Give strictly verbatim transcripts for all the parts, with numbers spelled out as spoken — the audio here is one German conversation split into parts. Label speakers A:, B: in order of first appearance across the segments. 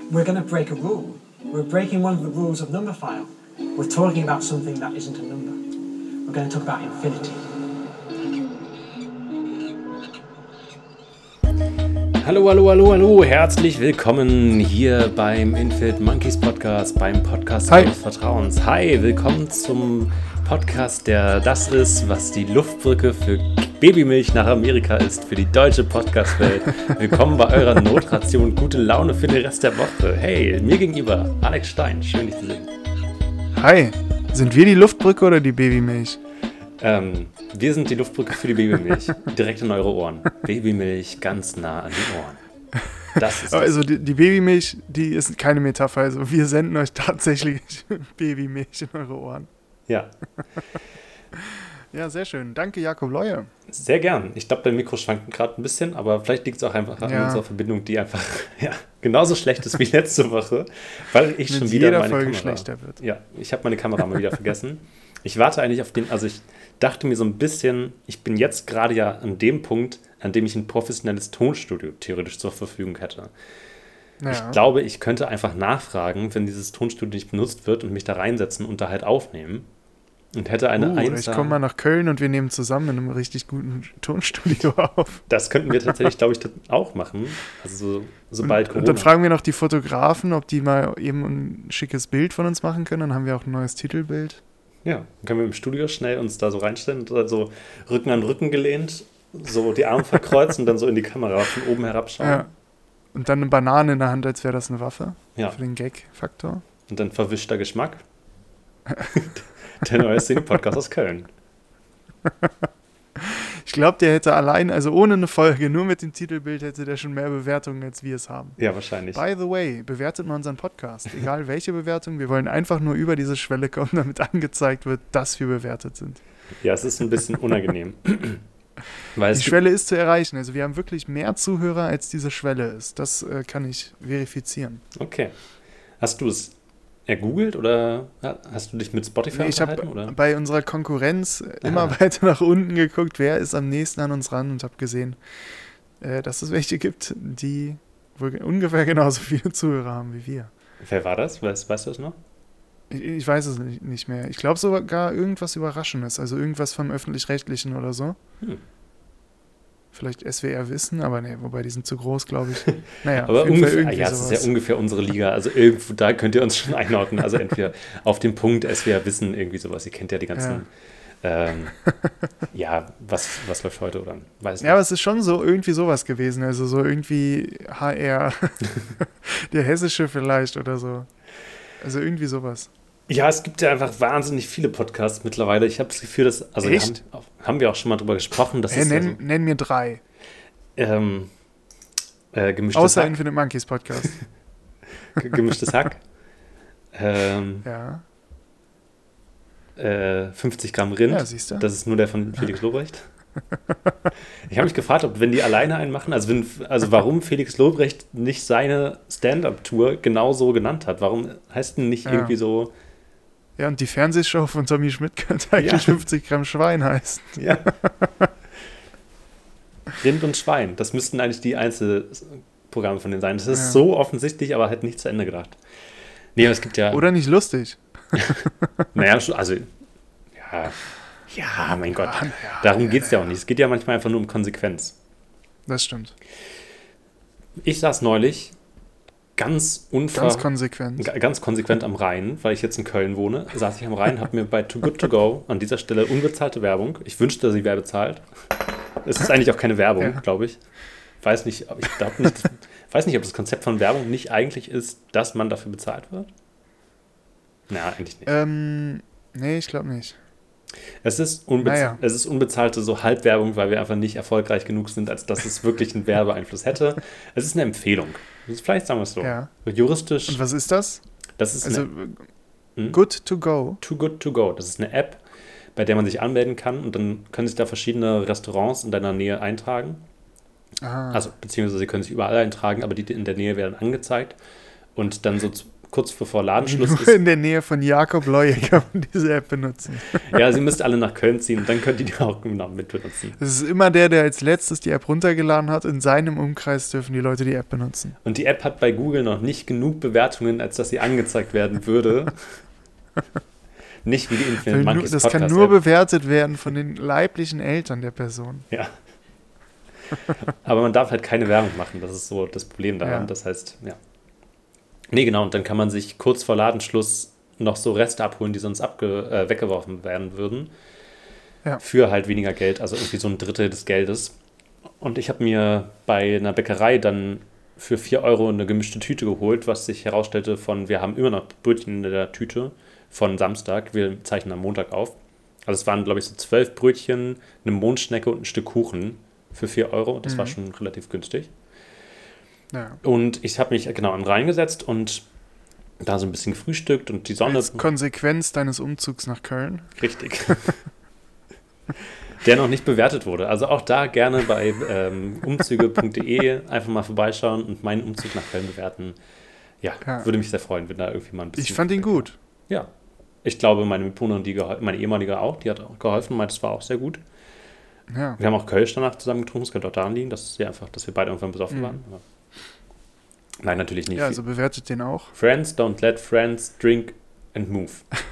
A: we're going to break a rule. We're breaking one of the rules of Numberphile. We're talking about something that isn't a number. We're going to talk about infinity.
B: Hallo, hallo, hallo, hallo, herzlich willkommen hier beim Infinite Monkeys Podcast, beim Podcast
C: Hi.
B: eures Vertrauens. Hi, willkommen zum Podcast, der das ist, was die Luftbrücke für Babymilch nach Amerika ist, für die deutsche Podcast-Welt. Willkommen bei eurer Notration, gute Laune für den Rest der Woche. Hey, mir gegenüber, Alex Stein, schön dich zu sehen.
C: Hi, sind wir die Luftbrücke oder die Babymilch?
B: Ähm, wir sind die Luftbrücke für die Babymilch, direkt in eure Ohren. Babymilch ganz nah an die Ohren. Das ist das.
C: Also die, die Babymilch, die ist keine Metapher. Also wir senden euch tatsächlich Babymilch in eure Ohren.
B: Ja.
C: Ja, sehr schön. Danke, Jakob Leue.
B: Sehr gern. Ich glaube, dein Mikro schwankt gerade ein bisschen, aber vielleicht liegt es auch einfach an
C: Ja.
B: unserer Verbindung, die einfach ja, genauso schlecht ist wie letzte Woche, weil ich
C: Mit
B: schon wieder
C: jeder
B: meine
C: Folge
B: Kamera...
C: schlechter wird.
B: Ja, ich habe meine Kamera mal wieder vergessen. Ich warte eigentlich auf den... Also ich dachte mir so ein bisschen, ich bin jetzt gerade ja an dem Punkt, an dem ich ein professionelles Tonstudio theoretisch zur Verfügung hätte.
C: Ja.
B: Ich glaube, ich könnte einfach nachfragen, wenn dieses Tonstudio nicht benutzt wird und mich da reinsetzen und da halt aufnehmen. Und hätte eine
C: uh,
B: eins.
C: ich komme mal nach Köln und wir nehmen zusammen in einem richtig guten Tonstudio auf.
B: Das könnten wir tatsächlich, glaube ich, auch machen. Also so, sobald
C: und,
B: Corona.
C: und dann fragen wir noch die Fotografen, ob die mal eben ein schickes Bild von uns machen können. Dann haben wir auch ein neues Titelbild.
B: Ja, dann können wir im Studio schnell uns da so reinstellen und dann so Rücken an Rücken gelehnt, so die Arme verkreuzt und dann so in die Kamera von oben herabschauen.
C: Ja. Und dann eine Banane in der Hand, als wäre das eine Waffe.
B: Ja.
C: Für den Gag-Faktor.
B: Und dann verwischter Geschmack. Der neue Szene-Podcast aus Köln.
C: Ich glaube, der hätte allein, also ohne eine Folge, nur mit dem Titelbild hätte der schon mehr Bewertungen, als wir es haben.
B: Ja, wahrscheinlich.
C: By the way, bewertet mal unseren Podcast. Egal welche Bewertung, wir wollen einfach nur über diese Schwelle kommen, damit angezeigt wird, dass wir bewertet sind.
B: Ja, es ist ein bisschen unangenehm. Weil
C: Die
B: es
C: Schwelle ist zu erreichen. Also wir haben wirklich mehr Zuhörer, als diese Schwelle ist. Das äh, kann ich verifizieren.
B: Okay. Hast du es ergoogelt oder hast du dich mit Spotify
C: Nee, ich
B: unterhalten?
C: habe
B: Oder?
C: bei unserer Konkurrenz immer
B: Ah.
C: weiter nach unten geguckt, wer ist am nächsten an uns ran und habe gesehen, äh, dass es welche gibt, die wohl ungefähr genauso viele Zuhörer haben wie wir.
B: Wer war das? Weißt, weißt du das noch?
C: Ich, ich weiß es nicht, nicht mehr. Ich glaube sogar irgendwas Überraschendes, also irgendwas vom Öffentlich-Rechtlichen oder so.
B: Hm.
C: Vielleicht S W R Wissen, aber nee, wobei die sind zu groß, glaube ich. Naja,
B: Aber
C: auf jeden Fall
B: ungefähr,
C: irgendwie
B: ja, es ist
C: sowas.
B: ja ungefähr unsere Liga. Also irgendwo, da könnt ihr uns schon einordnen. Also entweder auf dem Punkt S W R Wissen, irgendwie sowas. Ihr kennt ja die ganzen, ja, ähm, ja was, was läuft heute oder weiß nicht.
C: Ja, aber es ist schon so irgendwie sowas gewesen. Also so irgendwie H R, der Hessische vielleicht oder so. Also irgendwie sowas.
B: Ja, es gibt ja einfach wahnsinnig viele Podcasts mittlerweile. Ich habe das Gefühl, dass, also
C: Echt?
B: Haben, haben wir auch schon mal drüber gesprochen, dass
C: Hey,
B: es
C: nenn,
B: ja so,
C: nenn mir drei.
B: ähm, äh, gemischtes
C: Außer
B: Hack,
C: Infinite Monkeys Podcast.
B: G- gemischtes Hack, ähm,
C: Ja.
B: äh, fünfzig Gramm Rind,
C: Ja, siehst du.
B: das ist nur der von Felix Lobrecht. Ich habe mich gefragt, ob wenn die alleine einen machen, also, wenn, also warum Felix Lobrecht nicht seine Stand-Up-Tour genau so genannt hat. Warum heißt denn nicht
C: Ja.
B: irgendwie so,
C: Ja, und die Fernsehshow von Tommy Schmidt könnte eigentlich
B: Ja.
C: fünfzig Gramm Schwein heißen.
B: ja. Rind und Schwein, das müssten eigentlich die Einzelprogramme von denen sein. Das ist
C: Ja.
B: so offensichtlich, aber halt nicht zu Ende gedacht. Nee, aber es gibt ja,
C: Oder nicht lustig.
B: naja, schon- also, ja, ja, mein Gott,
C: Ja, ja,
B: darum
C: ja,
B: geht es ja auch nicht. Es geht ja manchmal einfach nur um Konsequenz.
C: Das stimmt.
B: Ich saß neulich ganz unver...
C: Ganz konsequent.
B: Ga- ganz konsequent am Rhein, weil ich jetzt in Köln wohne, saß ich am Rhein, habe mir bei Too Good To Go an dieser Stelle unbezahlte Werbung. Ich wünschte, sie wäre bezahlt. Es ist eigentlich auch keine Werbung,
C: Ja.
B: glaube ich. Weiß nicht, ob ich glaub nicht, weiß nicht, ob das Konzept von Werbung nicht eigentlich ist, dass man dafür bezahlt wird. Na, eigentlich nicht.
C: Ähm, nee, ich glaube nicht.
B: Es ist, unbez
C: naja.
B: es ist unbezahlte so Halbwerbung, weil wir einfach nicht erfolgreich genug sind, als dass es wirklich einen Werbeeinfluss hätte. Es ist eine Empfehlung. Das ist, vielleicht sagen wir es so.
C: Ja.
B: Juristisch.
C: Und was ist das?
B: Das ist
C: Also,
B: eine, Hm?
C: good to go.
B: Too Good To Go. Das ist eine App, bei der man sich anmelden kann und dann können sich da verschiedene Restaurants in deiner Nähe eintragen.
C: Ah.
B: Also, beziehungsweise sie können sich überall eintragen, aber die in der Nähe werden angezeigt. Und dann so zu- kurz bevor Ladenschluss
C: Nur
B: ist.
C: in der Nähe von Jakob Leue kann man diese App benutzen.
B: Ja, sie müsst alle nach Köln ziehen und dann könnt ihr die auch genau mit benutzen.
C: Es ist immer der, der als letztes die App runtergeladen hat. In seinem Umkreis dürfen die Leute die App benutzen.
B: Und die App hat bei Google noch nicht genug Bewertungen, als dass sie angezeigt werden würde. Nicht wie die Infinite
C: Weil
B: Monkeys
C: nur, das
B: Podcast
C: kann nur
B: App.
C: bewertet werden von den leiblichen Eltern der Person.
B: Ja. Aber man darf halt keine Werbung machen, das ist so das Problem daran.
C: Ja.
B: Das heißt, ja. Nee, genau, und dann kann man sich kurz vor Ladenschluss noch so Reste abholen, die sonst abge äh, weggeworfen werden würden.
C: Ja.
B: Für halt weniger Geld, also irgendwie so ein Drittel des Geldes. Und ich habe mir bei einer Bäckerei dann für vier Euro eine gemischte Tüte geholt, was sich herausstellte von, wir haben immer noch Brötchen in der Tüte von Samstag, wir zeichnen am Montag auf. Also es waren, glaube ich, so zwölf Brötchen, eine Mondschnecke und ein Stück Kuchen für vier Euro. Das
C: Mhm.
B: war schon relativ günstig.
C: Ja.
B: Und ich habe mich genau an den Rhein gesetzt und da so ein bisschen gefrühstückt und die Sonne...
C: Als Konsequenz deines Umzugs nach Köln.
B: Richtig. Der noch nicht bewertet wurde. Also auch da gerne bei ähm, umzüge punkt de einfach mal vorbeischauen und meinen Umzug nach Köln bewerten. Ja,
C: Ja.
B: würde mich sehr freuen, wenn da irgendwie mal ein bisschen...
C: Ich fand ihn gut.
B: Ja. Ich glaube, meine Mitbewohnerin, die gehol- meine ehemalige auch, die hat auch geholfen, meint, es war auch sehr gut.
C: Ja.
B: Wir haben auch Kölsch danach zusammen getrunken, es könnte auch daran liegen, dass, wir einfach, dass wir beide irgendwann besoffen
C: Mhm.
B: waren. Aber nein, natürlich nicht.
C: Ja, also bewertet den auch.
B: Friends don't let friends drink and move.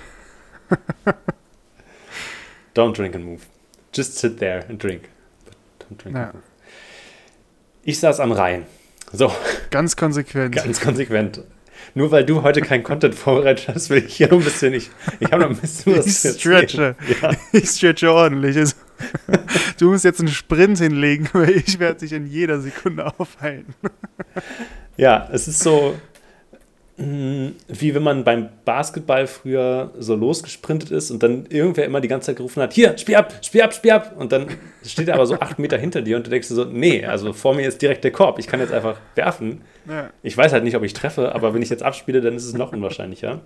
B: Don't drink and move. Just sit there and drink. But don't drink
C: Ja.
B: and move. Ich saß am Rhein. So,
C: Ganz konsequent.
B: ganz konsequent. Nur weil du heute keinen Content vorbereitet hast, will ich hier noch ein bisschen, ich, ich habe noch ein bisschen was
C: Ich
B: zu erzählen.
C: stretche.
B: Ja.
C: Ich stretche ordentlich. Also, du musst jetzt einen Sprint hinlegen, weil ich werde dich in jeder Sekunde aufhalten.
B: Ja, es ist so, mh, wie wenn man beim Basketball früher so losgesprintet ist und dann irgendwer immer die ganze Zeit gerufen hat, hier, spiel ab, spiel ab, spiel ab. Und dann steht er aber so acht Meter hinter dir und du denkst dir so, nee, also vor mir ist direkt der Korb, ich kann jetzt einfach werfen.
C: Ja.
B: Ich weiß halt nicht, ob ich treffe, aber wenn ich jetzt abspiele, dann ist es noch unwahrscheinlicher.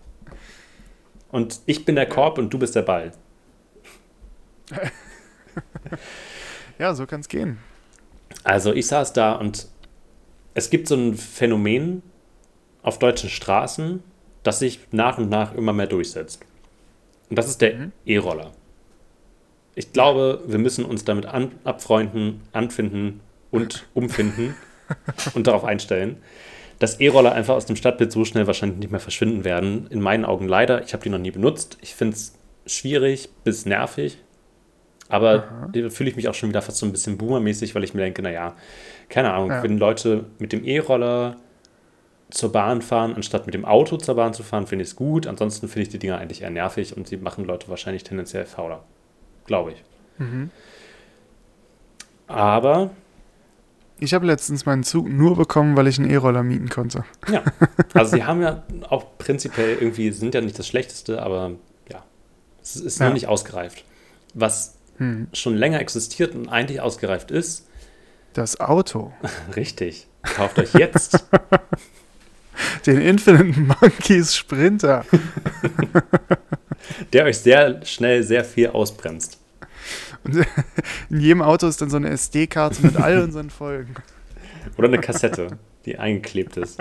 B: Und ich bin der Korb und du bist der Ball.
C: Ja, so kann es gehen.
B: Also ich saß da und es gibt so ein Phänomen auf deutschen Straßen, das sich nach und nach immer mehr durchsetzt. Und das ist der
C: Mhm.
B: E-Roller. Ich glaube, wir müssen uns damit an, abfreunden, anfinden und umfinden und darauf einstellen, dass E-Roller einfach aus dem Stadtbild so schnell wahrscheinlich nicht mehr verschwinden werden. In meinen Augen leider. Ich habe die noch nie benutzt. Ich finde es schwierig bis nervig. Aber da fühle ich mich auch schon wieder fast so ein bisschen boomermäßig, weil ich mir denke, naja, keine Ahnung,
C: Ja.
B: wenn Leute mit dem E-Roller zur Bahn fahren, anstatt mit dem Auto zur Bahn zu fahren, finde ich es gut. Ansonsten finde ich die Dinger eigentlich eher nervig und sie machen Leute wahrscheinlich tendenziell fauler. Glaube ich.
C: Mhm.
B: Aber,
C: Ich habe letztens meinen Zug nur bekommen, weil ich einen E-Roller mieten konnte.
B: ja, also sie haben ja auch prinzipiell irgendwie, sind ja nicht das Schlechteste, aber ja, es ist
C: Ja.
B: noch nicht ausgereift. Was
C: Hm.
B: schon länger existiert und eigentlich ausgereift ist,
C: Das Auto.
B: richtig, kauft euch jetzt
C: Den Infinite Monkeys Sprinter.
B: der euch sehr schnell sehr viel ausbremst.
C: Und in jedem Auto ist dann so eine S D-Karte mit all unseren Folgen.
B: Oder eine Kassette, die eingeklebt ist.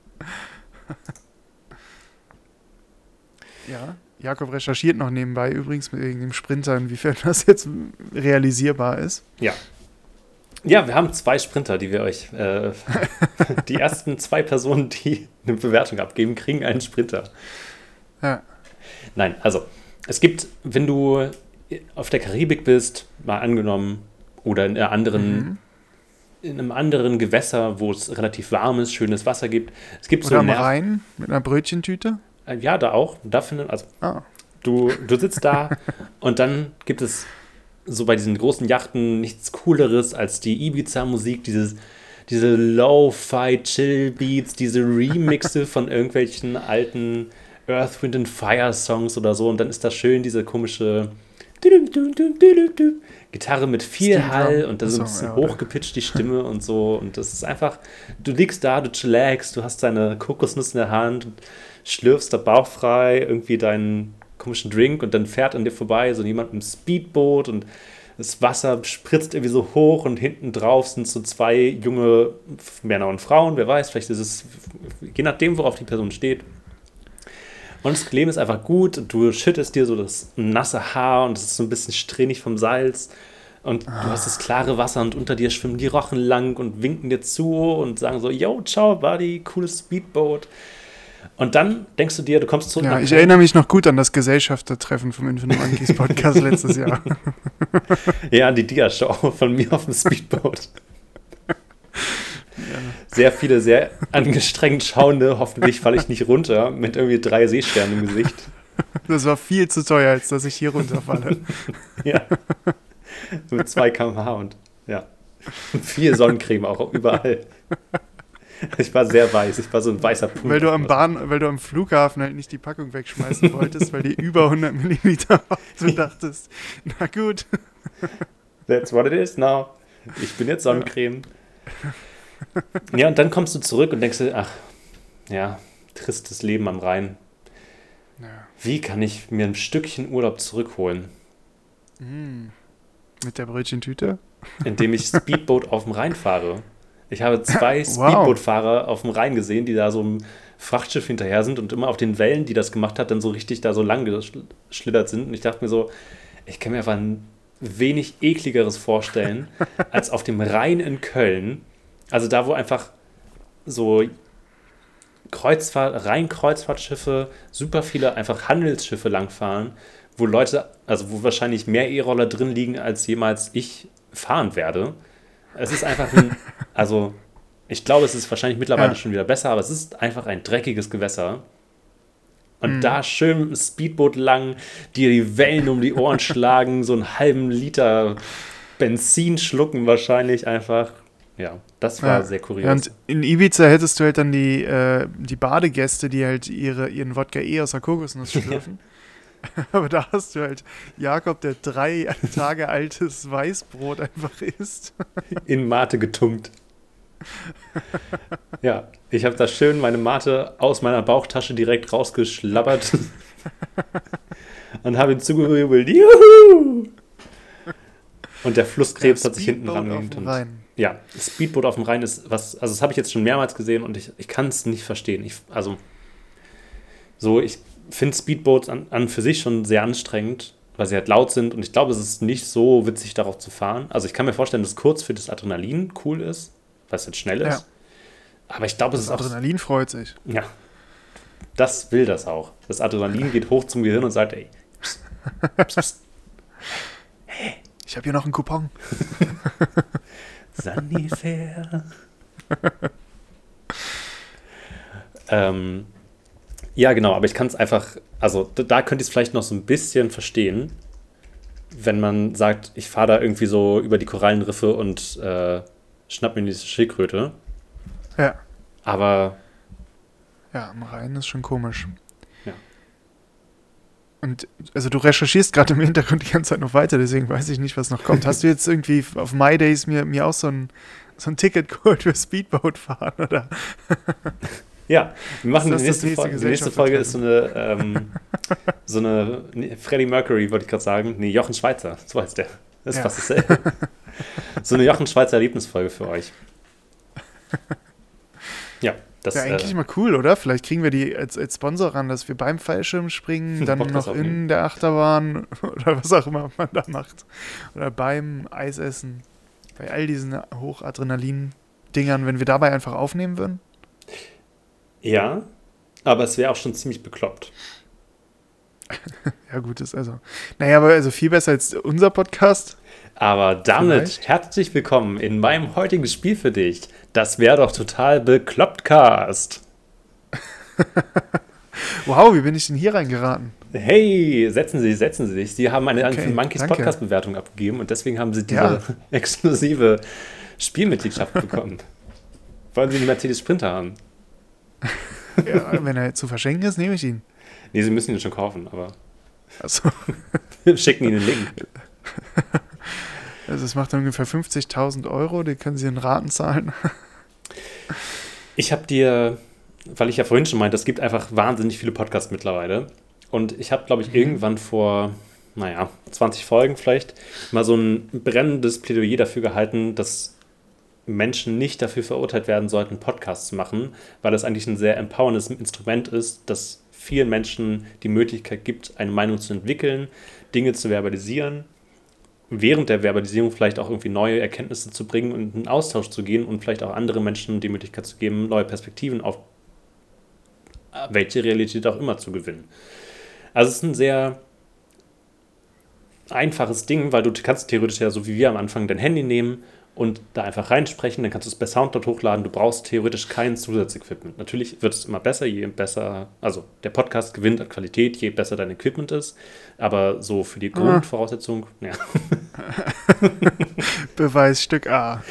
C: Ja. Jakob recherchiert noch nebenbei übrigens mit dem Sprinter, inwiefern das jetzt realisierbar ist.
B: Ja. Ja, wir haben zwei Sprinter, die wir euch, äh, die ersten zwei Personen, die eine Bewertung abgeben, kriegen einen Sprinter.
C: Ja.
B: Nein, also, es gibt, wenn du auf der Karibik bist, mal angenommen, oder in einer anderen,
C: Mhm.
B: in einem anderen Gewässer, wo es relativ warmes, schönes Wasser gibt. Es gibt
C: Oder
B: so
C: am
B: Nerv-
C: Rhein mit einer Brötchentüte.
B: Äh, Ja, da auch. Da findet, also
C: Ah.
B: du, du sitzt da und dann gibt es so bei diesen großen Yachten nichts Cooleres als die Ibiza-Musik, dieses, diese Lo-Fi-Chill-Beats, diese Remixe von irgendwelchen alten Earth, Wind and Fire-Songs oder so. Und dann ist da schön diese komische Gitarre mit viel
C: Steel Drum.
B: Hall und dann so ein
C: Achso,
B: bisschen
C: ja, oder?
B: hochgepitcht die Stimme und so. Und das ist einfach, du liegst da, du chillaxst, du hast deine Kokosnuss in der Hand und schlürfst da bauchfrei irgendwie deinen komischen Drink und dann fährt an dir vorbei so jemand im Speedboot und Das Wasser spritzt irgendwie so hoch und hinten drauf sind so zwei junge Männer und Frauen, wer weiß, vielleicht ist es, je nachdem, worauf die Person steht. Und das Leben ist einfach gut, du schüttest dir so das nasse Haar und es ist so ein bisschen strähnig vom Salz und du hast das klare Wasser und unter dir schwimmen die Rochen lang und winken dir zu und sagen so, yo, ciao, Buddy, cooles Speedboat. Und dann denkst du dir, du kommst zurück.
C: Ja,
B: nach
C: ich
B: Köln.
C: erinnere mich noch gut an das Gesellschaftertreffen vom Infinite Monkeys Podcast letztes Jahr.
B: Ja, an die Dia-Show von mir auf dem Speedboat. Sehr viele, sehr angestrengt schauende, hoffentlich falle ich nicht runter, mit irgendwie drei Seesternen im Gesicht.
C: Das war viel zu teuer, als dass ich hier runterfalle.
B: Ja. Mit zwei Kilometer pro Stunde und ja. Und viel Sonnencreme auch überall. Ich war sehr weiß, ich war so ein weißer Punkt.
C: Weil du am Bahn, weil du am Flughafen halt nicht die Packung wegschmeißen wolltest, weil die über hundert Milliliter war. Du dachtest, na gut.
B: That's what it is now. Ich bin jetzt Sonnencreme. Ja, und dann kommst du zurück und denkst dir, ach, ja, tristes Leben am Rhein.
C: Ja.
B: Wie kann ich mir ein Stückchen Urlaub zurückholen?
C: Mm. Mit der Brötchentüte?
B: Indem ich Speedboat auf dem Rhein fahre. Ich habe zwei
C: Wow.
B: Speedboot-Fahrer auf dem Rhein gesehen, die da so im Frachtschiff hinterher sind und immer auf den Wellen, die das gemacht hat, dann so richtig da so lang geschlittert sind. Und ich dachte mir so, ich kann mir einfach ein wenig ekligeres vorstellen, als auf dem Rhein in Köln. Also da, wo einfach so Kreuzfahrt, Rhein-Kreuzfahrtschiffe, super viele einfach Handelsschiffe langfahren, wo Leute, also wo wahrscheinlich mehr E-Roller drin liegen, als jemals ich fahren werde. Es ist einfach ein, also ich glaube, es ist wahrscheinlich mittlerweile
C: Ja.
B: schon wieder besser, aber es ist einfach ein dreckiges Gewässer. Und
C: Mhm.
B: da schön mit dem Speedboot lang, dir die Wellen um die Ohren schlagen, so einen halben Liter Benzin schlucken wahrscheinlich einfach. Ja, das war
C: Ja.
B: sehr kurios.
C: Ja, und in Ibiza hättest du halt dann die, äh, die Badegäste, die halt ihre, ihren Wodka eh aus der Kokosnuss schlürfen. Aber da hast du halt Jakob, der drei Tage altes Weißbrot einfach isst.
B: In Mate getunkt. Ja, ich habe da schön meine Mate aus meiner Bauchtasche direkt rausgeschlabbert und habe ihn zugejubelt. Juhu! Und der Flusskrebs
C: Ja,
B: hat sich hinten
C: Speedboat
B: dran
C: auf
B: gehängt.
C: dem
B: und-
C: Rhein.
B: Ja, Speedboot auf dem Rhein ist was, also das habe ich jetzt schon mehrmals gesehen und ich, ich kann es nicht verstehen. Ich, also, so, ich finde Speedboats an, an für sich schon sehr anstrengend, weil sie halt laut sind und ich glaube, es ist nicht so witzig, darauf zu fahren. Also ich kann mir vorstellen, dass es kurz für das Adrenalin cool ist, weil es jetzt schnell ist.
C: Ja.
B: Aber ich glaube, es
C: Das
B: ist auch,
C: Adrenalin freut sich.
B: ja, das will das auch. Das Adrenalin geht hoch zum Gehirn und sagt, ey, pst, pst, pst,
C: Ich habe hier noch einen Coupon.
B: Sanifair. ähm, ja, genau, aber ich kann es einfach, also da, da könnte ich es vielleicht noch so ein bisschen verstehen, wenn man sagt, ich fahre da irgendwie so über die Korallenriffe und äh, schnapp mir diese Schildkröte.
C: Ja.
B: Aber
C: Ja, am Rhein ist schon komisch.
B: Ja.
C: Und also du recherchierst gerade im Hintergrund die ganze Zeit noch weiter, deswegen weiß ich nicht, was noch kommt. Hast du jetzt irgendwie auf My Days mir, mir auch so ein, so ein Ticket geholt für Speedboat fahren, oder?
B: ja, wir machen
C: Ist
B: die
C: das das
B: nächste,
C: nächste
B: Folge. Die nächste Folge ist so eine, ähm, so eine nee, Freddie Mercury, wollte ich gerade sagen. Nee, Jochen Schweizer, so heißt der. Das ist
C: Ja.
B: fast dasselbe. So eine Jochen Schweizer Erlebnisfolge für euch. Ja, das
C: Wäre eigentlich
B: äh,
C: mal cool, oder? Vielleicht kriegen wir die als, als Sponsor ran, dass wir beim Fallschirmspringen dann
B: Podcast
C: noch
B: aufnehmen.
C: in der Achterbahn oder was auch immer man da macht. Oder beim Eisessen. Bei all diesen Hochadrenalin-Dingern, wenn wir dabei einfach aufnehmen würden.
B: ja, aber es wäre auch schon ziemlich bekloppt.
C: Ja, gut, ist also. Naja, aber also viel besser als unser Podcast.
B: Aber damit
C: Vielleicht.
B: herzlich willkommen in meinem heutigen Spiel für dich. Das wäre doch total beklopptcast.
C: Wow, wie bin ich denn hier reingeraten?
B: Hey, setzen Sie sich, setzen Sie sich. Sie haben eine
C: Okay,
B: Unfilm Monkeys
C: danke.
B: Podcast-Bewertung abgegeben und deswegen haben Sie diese
C: Ja.
B: exklusive Spielmitgliedschaft bekommen. Wollen Sie einen Mercedes Sprinter haben?
C: Ja, wenn er zu verschenken ist, nehme ich ihn.
B: Nee, Sie müssen ihn schon kaufen, aber
C: Also,
B: wir schicken Ihnen den Link.
C: also es macht ungefähr fünfzigtausend Euro, die können Sie in Raten zahlen.
B: Ich habe dir, weil ich ja vorhin schon meinte, es gibt einfach wahnsinnig viele Podcasts mittlerweile. Und ich habe, glaube ich,
C: Mhm.
B: irgendwann vor naja, zwanzig Folgen vielleicht, mal so ein brennendes Plädoyer dafür gehalten, dass Menschen nicht dafür verurteilt werden sollten, Podcasts zu machen, weil das eigentlich ein sehr empowerndes Instrument ist, das vielen Menschen die Möglichkeit gibt, eine Meinung zu entwickeln, Dinge zu verbalisieren, während der Verbalisierung vielleicht auch irgendwie neue Erkenntnisse zu bringen und in einen Austausch zu gehen und vielleicht auch anderen Menschen die Möglichkeit zu geben, neue Perspektiven auf welche Realität auch immer zu gewinnen. Also es ist ein sehr einfaches Ding, weil du kannst theoretisch ja so wie wir am Anfang dein Handy nehmen und da einfach reinsprechen, dann kannst du es per Soundcloud hochladen, du brauchst theoretisch kein Zusatzequipment. Natürlich wird es immer besser, je besser, also der Podcast gewinnt an Qualität, je besser dein Equipment ist, aber so für die Grundvoraussetzung, ja.
C: Beweisstück A.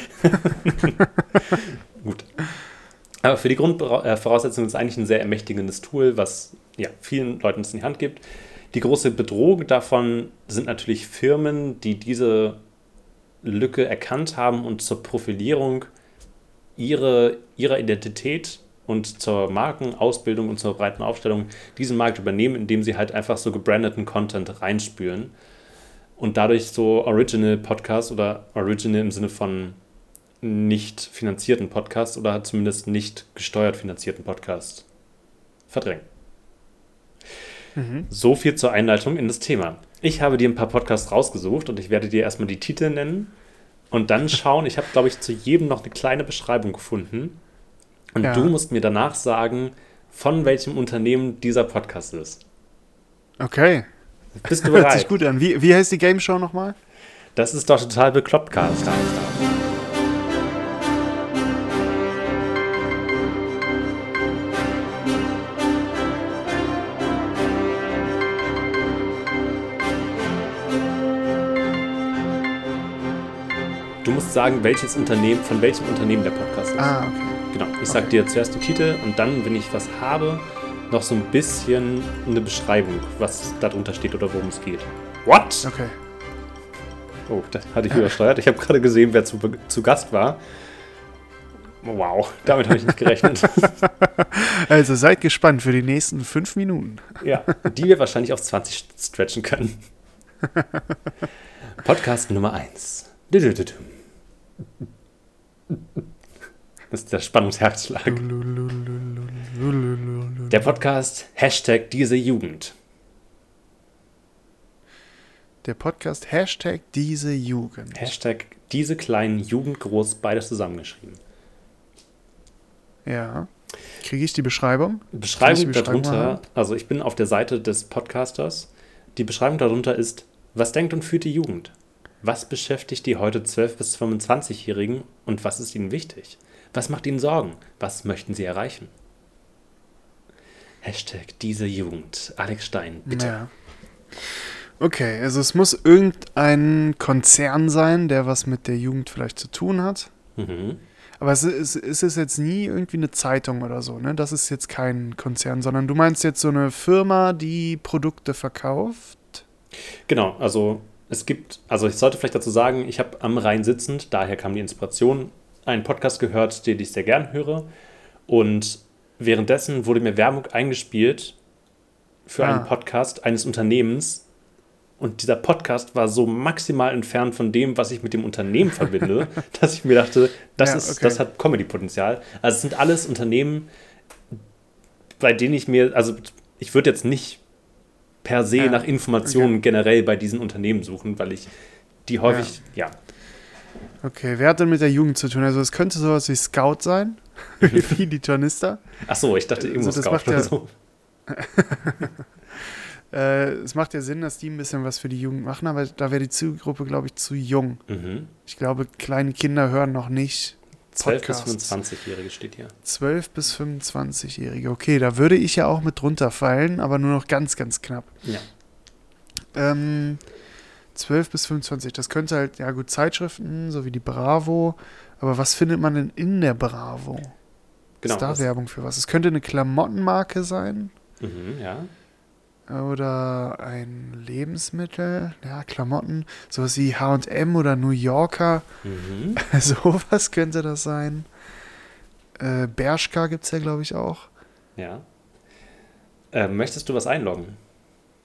B: Gut. Aber für die Grundvoraussetzung ist es eigentlich ein sehr ermächtigendes Tool, was ja, vielen Leuten es in die Hand gibt. Die große Bedrohung davon sind natürlich Firmen, die diese Lücke erkannt haben und zur Profilierung ihre, ihrer Identität und zur Markenausbildung und zur breiten Aufstellung diesen Markt übernehmen, indem sie halt einfach so gebrandeten Content reinspülen und dadurch so Original Podcasts oder Original im Sinne von nicht finanzierten Podcast oder zumindest nicht gesteuert finanzierten Podcast verdrängen. Mhm. So viel zur Einleitung in das Thema. Ich habe dir ein paar Podcasts rausgesucht und ich werde dir erstmal die Titel nennen und dann schauen. Ich habe, glaube ich, zu jedem noch eine kleine Beschreibung gefunden und ja. Du musst mir danach sagen, von welchem Unternehmen dieser Podcast ist.
C: Okay.
B: Bist du bereit?
C: Hört sich gut an. Wie, wie heißt die Game Show nochmal?
B: Das ist doch total Beklopptcast. Du musst sagen, welches Unternehmen, von welchem Unternehmen der Podcast ist.
C: Ah, okay.
B: Genau. Ich sag okay. dir zuerst den Titel und dann, wenn ich was habe, noch so ein bisschen eine Beschreibung, was darunter steht oder worum es geht. What?
C: Okay.
B: Oh, das hatte ich übersteuert. Ich habe gerade gesehen, wer zu, zu Gast war. Wow, damit habe ich nicht gerechnet.
C: Also seid gespannt für die nächsten fünf Minuten.
B: Ja, die wir wahrscheinlich auf zwanzig stretchen können. Podcast Nummer eins. Das ist der Spannungsherzschlag. Der Podcast Hashtag diese Jugend.
C: Der Podcast Hashtag diese Jugend.
B: Hashtag diese kleinen Jugend groß, beides zusammengeschrieben.
C: Ja. Kriege ich die Beschreibung?
B: Beschreibung,
C: die Beschreibung
B: darunter,
C: haben?
B: also ich bin auf der Seite des Podcasters. Die Beschreibung darunter ist: Was denkt und fühlt die Jugend? Was beschäftigt die heute zwölf- bis fünfundzwanzigjährigen und was ist ihnen wichtig? Was macht ihnen Sorgen? Was möchten sie erreichen? Hashtag diese Jugend. Alex Stein, bitte.
C: Ja. Okay, also es muss irgendein Konzern sein, der was mit der Jugend vielleicht zu tun hat.
B: Mhm.
C: Aber es ist, es ist jetzt nie irgendwie eine Zeitung oder so, ne? Das ist jetzt kein Konzern, sondern du meinst jetzt so eine Firma, die Produkte verkauft?
B: Genau, also es gibt, also ich sollte vielleicht dazu sagen, ich habe am Rhein sitzend, daher kam die Inspiration, einen Podcast gehört, den ich sehr gern höre. Und währenddessen wurde mir Werbung eingespielt für
C: Ah.
B: einen Podcast eines Unternehmens. Und dieser Podcast war so maximal entfernt von dem, was ich mit dem Unternehmen verbinde, dass ich mir dachte, das,
C: Ja,
B: ist,
C: okay.
B: das hat Comedy-Potenzial. Also es sind alles Unternehmen, bei denen ich mir, also ich würde jetzt nicht per se
C: Ja,
B: nach Informationen
C: okay.
B: generell bei diesen Unternehmen suchen, weil ich die häufig, ja.
C: Okay, wer hat denn mit der Jugend zu tun? Also es könnte sowas wie Scout sein, wie die Tornister.
B: Ach so, ich dachte irgendwo
C: Also das
B: Scout
C: macht
B: oder
C: ja-
B: so.
C: Äh, es macht ja Sinn, dass die ein bisschen was für die Jugend machen, aber da wäre die Zielgruppe, glaube ich, zu jung.
B: Mhm.
C: Ich glaube, kleine Kinder hören noch nicht
B: zwölf bis
C: Podcasts.
B: fünfundzwanzigjährige steht hier.
C: zwölf bis fünfundzwanzigjährige. Okay, da würde ich ja auch mit drunter fallen, aber nur noch ganz, ganz knapp.
B: Ja.
C: Ähm, zwölf bis fünfundzwanzig, das könnte halt, ja gut, Zeitschriften, so wie die Bravo, aber was findet man denn in der Bravo?
B: Genau.
C: Ist da
B: das-
C: Werbung für was? Es könnte eine Klamottenmarke sein
B: Mhm, ja.
C: oder ein Lebensmittel, ja, Klamotten, sowas wie H und M oder New Yorker,
B: Mhm.
C: sowas könnte das sein. Äh, Bershka gibt es ja, glaube ich, auch.
B: Ja. Äh, möchtest du was einloggen?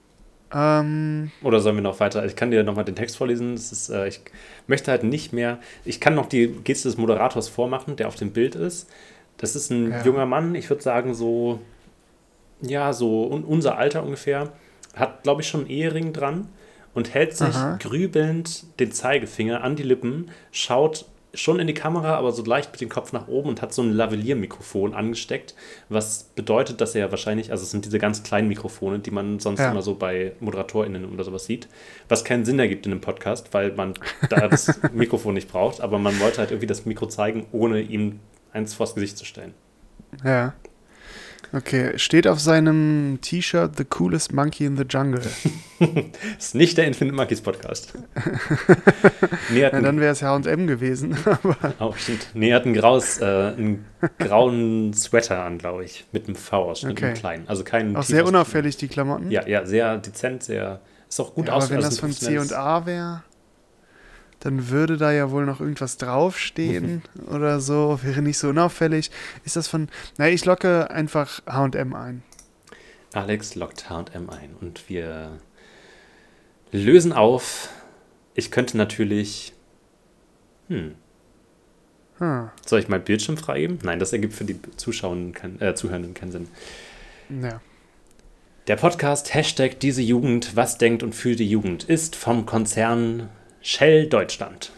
C: Ähm,
B: Oder sollen wir noch weiter? Ich kann dir nochmal den Text vorlesen. Das ist, äh, ich möchte halt nicht mehr. Ich kann noch die Geste des Moderators vormachen, der auf dem Bild ist. Das ist ein
C: Ja.
B: junger Mann, ich würde sagen, so, ja, so un- unser Alter ungefähr. Hat, glaube ich, schon einen Ehering dran und hält sich
C: Aha.
B: grübelnd den Zeigefinger an die Lippen, schaut schon in die Kamera, aber so leicht mit dem Kopf nach oben und hat so ein Lavalier-Mikrofon angesteckt, was bedeutet, dass er wahrscheinlich, also es sind diese ganz kleinen Mikrofone, die man sonst
C: Ja.
B: immer so bei ModeratorInnen oder sowas sieht, was keinen Sinn ergibt in einem Podcast, weil man da das Mikrofon nicht braucht, aber man wollte halt irgendwie das Mikro zeigen, ohne ihm eins vors Gesicht zu stellen.
C: ja. Okay, steht auf seinem T-Shirt The Coolest Monkey in the Jungle.
B: Ist nicht der Infinite Monkeys Podcast. Nee, hat
C: Ja,
B: ein,
C: dann wäre es H und M gewesen.
B: oh, stimmt. Nee, hat ein graues, äh, einen grauen Sweater an, glaube ich, mit einem V-Ausschnitt,
C: Okay.
B: einem kleinen. Also kein
C: Auch sehr
B: tiefes-
C: unauffällig, die Klamotten.
B: Ja, ja, sehr dezent, sehr. Ist auch gut
C: Ja,
B: aus.
C: aber wenn
B: also
C: das
B: ein
C: von C und
B: professionelles-
C: A wäre, dann würde da ja wohl noch irgendwas draufstehen oder so. Wäre nicht so unauffällig. Ist das von. Na, ich locke einfach H und M ein.
B: Alex lockt H und M ein und wir lösen auf. Ich könnte natürlich. Hm.
C: Hm.
B: Soll ich mein Bildschirm freigeben? Nein, das ergibt für die Zuschauenden kein, äh, Zuhörenden keinen Sinn.
C: Ja.
B: Der Podcast Hashtag diese Jugend, was denkt und fühlt die Jugend, ist vom Konzern Shell Deutschland.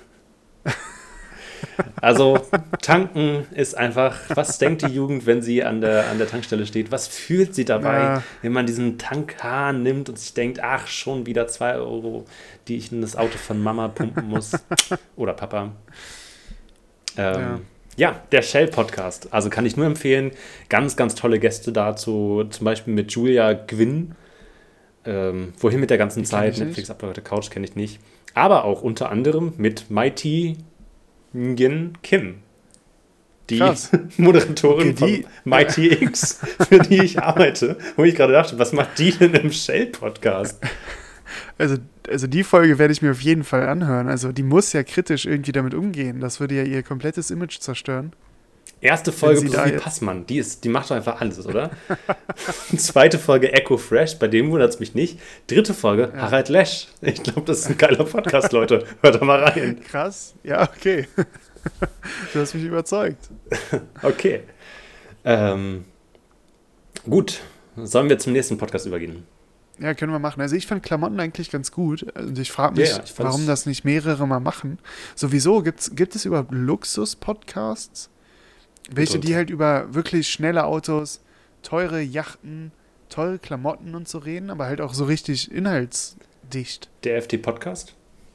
B: Also tanken ist einfach, was denkt die Jugend, wenn sie an der, an der Tankstelle steht? Was fühlt sie dabei,
C: Ja.
B: wenn man diesen Tankhahn nimmt und sich denkt, ach, schon wieder zwei Euro, die ich in das Auto von Mama pumpen muss oder Papa. Ähm,
C: Ja.
B: ja, der Shell-Podcast. Also kann ich nur empfehlen. Ganz, ganz tolle Gäste dazu. Zum Beispiel mit Julia Gwynn. Ähm, wohin mit der ganzen
C: Die kenn
B: Zeit?
C: ich nicht.
B: Netflix Up der Couch kenne ich nicht. Aber auch unter anderem mit Mighty Nguyen Kim. Die
C: Krass.
B: Moderatorin
C: Okay, die-
B: von Mighty X, für die ich arbeite. Wo ich gerade dachte, was macht die denn im Shell-Podcast?
C: Also, also die Folge werde ich mir auf jeden Fall anhören. Also die muss ja kritisch irgendwie damit umgehen. Das würde ja ihr komplettes Image zerstören.
B: Erste Folge
C: sie da
B: Sophie
C: jetzt-
B: Passmann, die, ist, die macht doch einfach alles, oder? Zweite Folge Echo Fresh, bei dem wundert es mich nicht. Dritte Folge Harald Lesch. Ich glaube, das ist ein geiler Podcast, Leute. Hört da mal rein.
C: Krass. Ja, okay. Du hast mich überzeugt.
B: Okay. Ähm, gut, sollen wir zum nächsten Podcast übergehen?
C: Ja, können wir machen. Also ich fand Klamotten eigentlich ganz gut. Und ich frage mich,
B: Ja, ja, ich fand's-
C: warum das nicht mehrere mal machen. Sowieso, gibt's, gibt es überhaupt Luxus-Podcasts? Welche, die
B: Mitunter.
C: halt über wirklich schnelle Autos, teure Yachten, teure Klamotten und so reden, aber halt auch so richtig inhaltsdicht.
B: Der F T-Podcast?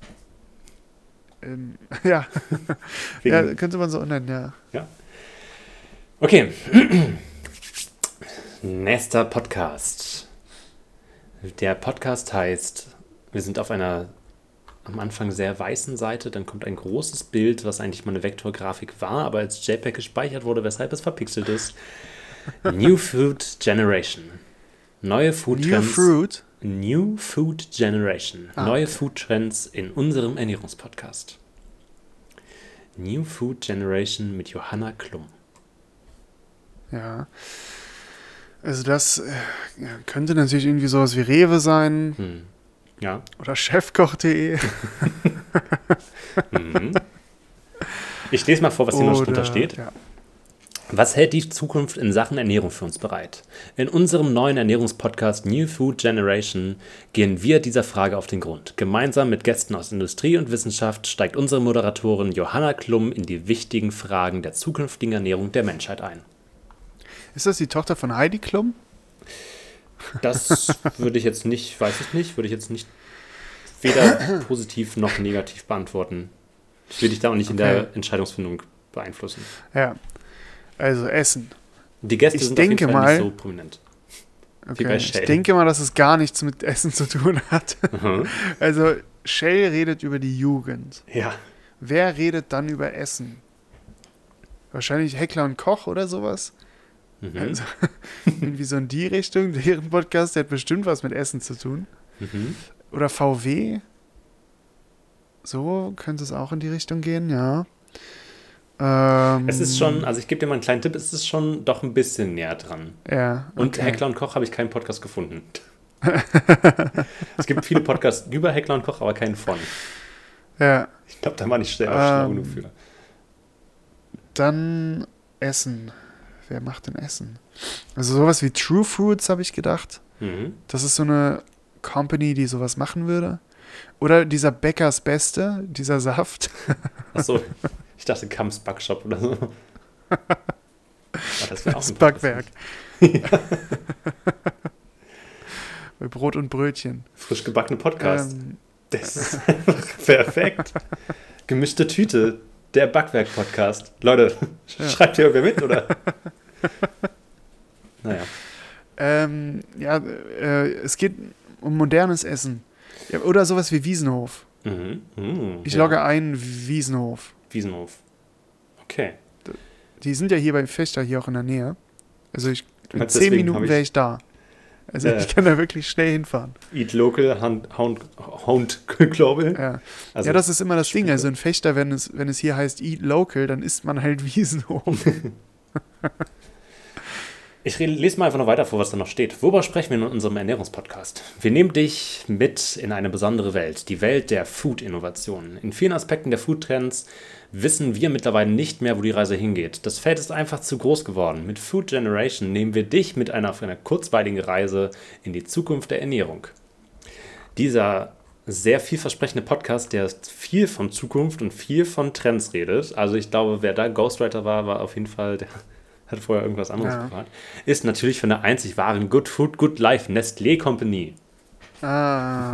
C: Ähm, ja.
B: Wegen-
C: ja, könnte man so nennen, ja.
B: Okay. Nächster Podcast. Der Podcast heißt, wir sind auf einer am Anfang sehr weißen Seite, dann kommt ein großes Bild, was eigentlich mal eine Vektorgrafik war, aber als JPEG gespeichert wurde, weshalb es verpixelt ist. New Food Generation. Neue Food
C: New
B: Trends.
C: Fruit.
B: New Food Generation.
C: Ah,
B: Neue
C: okay.
B: Food Trends in unserem Ernährungspodcast. New Food Generation mit Johanna Klum.
C: Ja. Also das äh, ja, könnte natürlich irgendwie sowas wie Rewe sein
B: Hm. Ja.
C: oder chefkoch punkt de.
B: Mhm. Ich lese mal vor, was hier noch drunter steht.
C: Ja.
B: Was hält die Zukunft in Sachen Ernährung für uns bereit? In unserem neuen Ernährungspodcast New Food Generation gehen wir dieser Frage auf den Grund. Gemeinsam mit Gästen aus Industrie und Wissenschaft steigt unsere Moderatorin Johanna Klum in die wichtigen Fragen der zukünftigen Ernährung der Menschheit ein.
C: Ist das die Tochter von Heidi Klum?
B: Das würde ich jetzt nicht, weiß ich nicht, würde ich jetzt nicht weder positiv noch negativ beantworten. Das würde ich da auch nicht in
C: Okay.
B: der Entscheidungsfindung beeinflussen.
C: Ja. Also Essen.
B: Die Gäste
C: Ich
B: sind
C: denke
B: auf jeden Fall
C: mal-
B: nicht so prominent. Wie bei
C: Okay. Ich
B: Shell.
C: denke mal, dass es gar nichts mit Essen zu tun hat.
B: Mhm.
C: Also Shell redet über die Jugend.
B: Ja.
C: Wer redet dann über Essen? Wahrscheinlich Heckler und Koch oder sowas.
B: Mhm.
C: Also irgendwie so in die Richtung. Deren Podcast, der hat bestimmt was mit Essen zu tun.
B: Mhm.
C: Oder V W. So könnte es auch in die Richtung gehen, ja. Ähm,
B: Es ist schon, also ich gebe dir mal einen kleinen Tipp, es ist schon doch ein bisschen näher dran.
C: Ja.
B: Und
C: okay.
B: Heckler und Koch habe ich keinen Podcast gefunden. Es gibt viele Podcasts über Heckler und Koch, aber keinen von.
C: Ja.
B: Ich glaube, da war nicht schnell,
C: Ähm,
B: schlau genug für.
C: Dann Essen. Wer macht denn Essen? Also sowas wie True Foods habe ich gedacht.
B: Mhm.
C: Das ist so eine Company, die sowas machen würde. Oder dieser Bäckers Beste, dieser Saft.
B: Achso, ich dachte Kamps Backshop oder so. Ah, das wäre auch
C: Das
B: ein
C: Backwerk.
B: Podcast.
C: Bei Brot und Brötchen.
B: Frisch gebackene Podcast.
C: Ähm,
B: Das ist einfach perfekt. Gemischte Tüte, der Backwerk-Podcast. Leute,
C: Ja.
B: schreibt hier wer mit, oder? Naja.
C: ähm, ja, äh, es geht um modernes Essen. Ja, oder sowas wie Wiesenhof.
B: Mhm. Mhm.
C: Ich
B: ja.
C: logge ein Wiesenhof.
B: Wiesenhof. Okay.
C: Die sind ja hier bei Fechter, hier auch in der Nähe. Also ich, in
B: meinst,
C: zehn
B: deswegen hab
C: Minuten
B: ich-
C: wäre ich da. Also
B: Ja.
C: ich kann da wirklich schnell hinfahren.
B: Eat Local, Hound, Hound, Hound Global.
C: Ja.
B: Also,
C: ja, das ist immer das Ding.
B: Stücke.
C: Also in Fechter, wenn es, wenn es hier heißt Eat Local, dann isst man halt Wiesenhof.
B: Ich re- lese mal einfach noch weiter vor, was da noch steht. Worüber sprechen wir in unserem Ernährungspodcast? Wir nehmen dich mit in eine besondere Welt, die Welt der Food-Innovationen. In vielen Aspekten der Food-Trends wissen wir mittlerweile nicht mehr, wo die Reise hingeht. Das Feld ist einfach zu groß geworden. Mit Food Generation nehmen wir dich mit einer, auf einer kurzweiligen Reise in die Zukunft der Ernährung. Dieser sehr vielversprechende Podcast, der viel von Zukunft und viel von Trends redet. Also ich glaube, wer da Ghostwriter war, war auf jeden Fall, der hat vorher irgendwas anderes
C: Ja.
B: gefragt, ist natürlich von der einzig wahren Good Food, Good Life Nestlé Company.
C: Ah.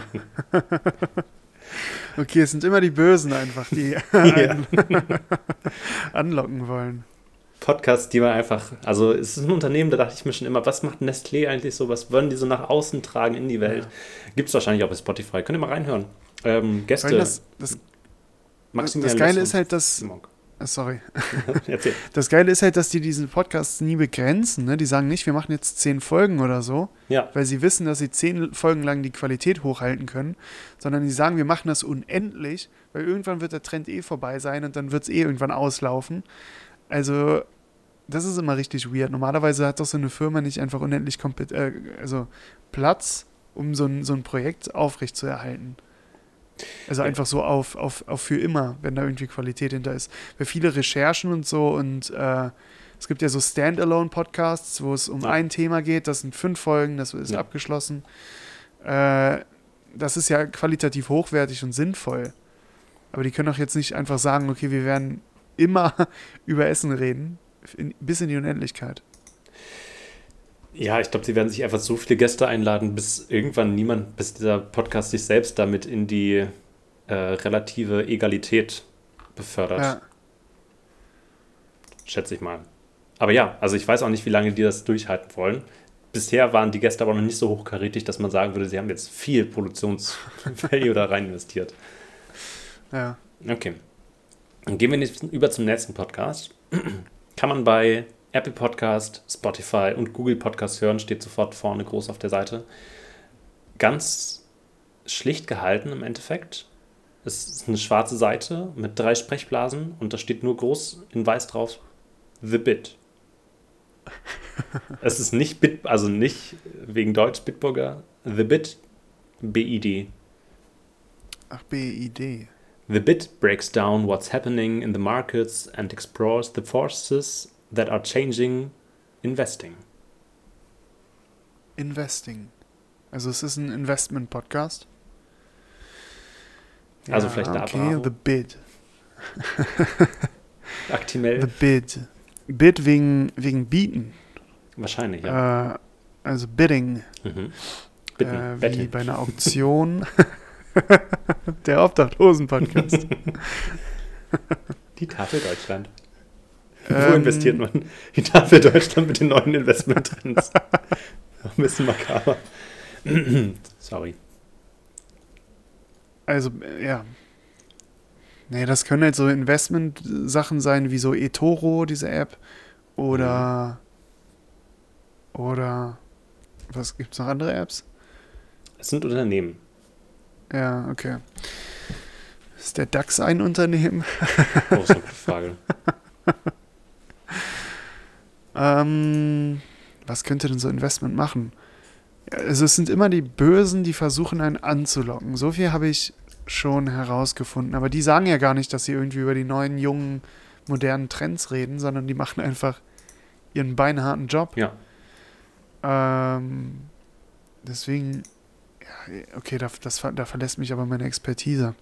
C: Okay, es sind immer die Bösen einfach, die einen anlocken wollen.
B: Podcasts, die man einfach, also es ist ein Unternehmen, da dachte ich mir schon immer, was macht Nestlé eigentlich so, was wollen die so nach außen tragen in die Welt? Gibt es wahrscheinlich auch bei Spotify, könnt ihr mal reinhören. Ähm, Gäste,
C: Weil das, das,
B: Maximilian
C: das Geile
B: Löss
C: ist
B: und
C: halt, dass,
B: Simon.
C: äh, sorry,
B: Erzähl.
C: das Geile ist halt, dass die diesen Podcasts nie begrenzen. Ne? Die sagen nicht, wir machen jetzt zehn Folgen oder so,
B: Ja,
C: weil sie wissen, dass sie zehn Folgen lang die Qualität hochhalten können, sondern die sagen, wir machen das unendlich, weil irgendwann wird der Trend eh vorbei sein und dann wird es eh irgendwann auslaufen. Also, das ist immer richtig weird. Normalerweise hat doch so eine Firma nicht einfach unendlich kompet äh, also Platz, um so ein, so ein Projekt aufrechtzuerhalten. Also
B: Ja.
C: einfach so auf, auf, auf für immer, wenn da irgendwie Qualität hinter ist. Weil viele Recherchen und so und äh, es gibt ja so Standalone-Podcasts, wo es um
B: Ja.
C: ein Thema geht, das sind fünf Folgen, das ist
B: Ja.
C: abgeschlossen. Äh, das ist ja qualitativ hochwertig und sinnvoll. Aber die können doch jetzt nicht einfach sagen, okay, wir werden immer über Essen reden, in, bis in die Unendlichkeit.
B: Ja, ich glaube, sie werden sich einfach so viele Gäste einladen, bis irgendwann niemand, bis dieser Podcast sich selbst damit in die äh, relative Egalität befördert.
C: Ja.
B: Schätze ich mal. Aber ja, also ich weiß auch nicht, wie lange die das durchhalten wollen. Bisher waren die Gäste aber noch nicht so hochkarätig, dass man sagen würde, sie haben jetzt viel Produktionsvalue da rein investiert.
C: Ja.
B: Okay. Dann gehen wir jetzt über zum nächsten Podcast. Kann man bei Apple Podcast, Spotify und Google Podcast hören, steht sofort vorne groß auf der Seite. Ganz schlicht gehalten im Endeffekt. Es ist eine schwarze Seite mit drei Sprechblasen und da steht nur groß in weiß drauf The Bit. Es ist nicht Bit, also nicht wegen Deutsch Bitburger, The Bit, B I D.
C: Ach, B I D.
B: The Bit breaks down what's happening in the markets and explores the forces that are changing investing.
C: Investing. Also es ist ein Investment-Podcast.
B: Also vielleicht eine
C: okay,
B: Abmachung.
C: The Bid.
B: Aktimell?
C: The Bid. Bid wegen, wegen Bieten.
B: Wahrscheinlich, ja.
C: Äh, also Bidding.
B: Mhm. Bitten,
C: Äh, wie
B: betteln.
C: bei einer Auktion. Der Obdachlosen-Podcast.
B: Die Tafel Deutschland. Wo
C: Ähm,
B: investiert man? Die Tafel Deutschland mit den neuen Investmenttrends. Ein bisschen makaber. Sorry.
C: Also, äh, ja. Nee, das können halt so Investment-Sachen sein, wie so eToro, diese App. Oder. Oder. Was gibt's noch andere Apps?
B: Es sind Unternehmen.
C: Ja, okay. Ist der DAX ein Unternehmen?
B: Oh, ist eine gute Frage.
C: Ähm, was könnte denn so Investment machen? Also es sind immer die Bösen, die versuchen, einen anzulocken. So viel habe ich schon herausgefunden. Aber die sagen ja gar nicht, dass sie irgendwie über die neuen, jungen, modernen Trends reden, sondern die machen einfach ihren beinharten Job.
B: Ja.
C: Ähm, deswegen, ja, okay, da, das, da verlässt mich aber meine Expertise.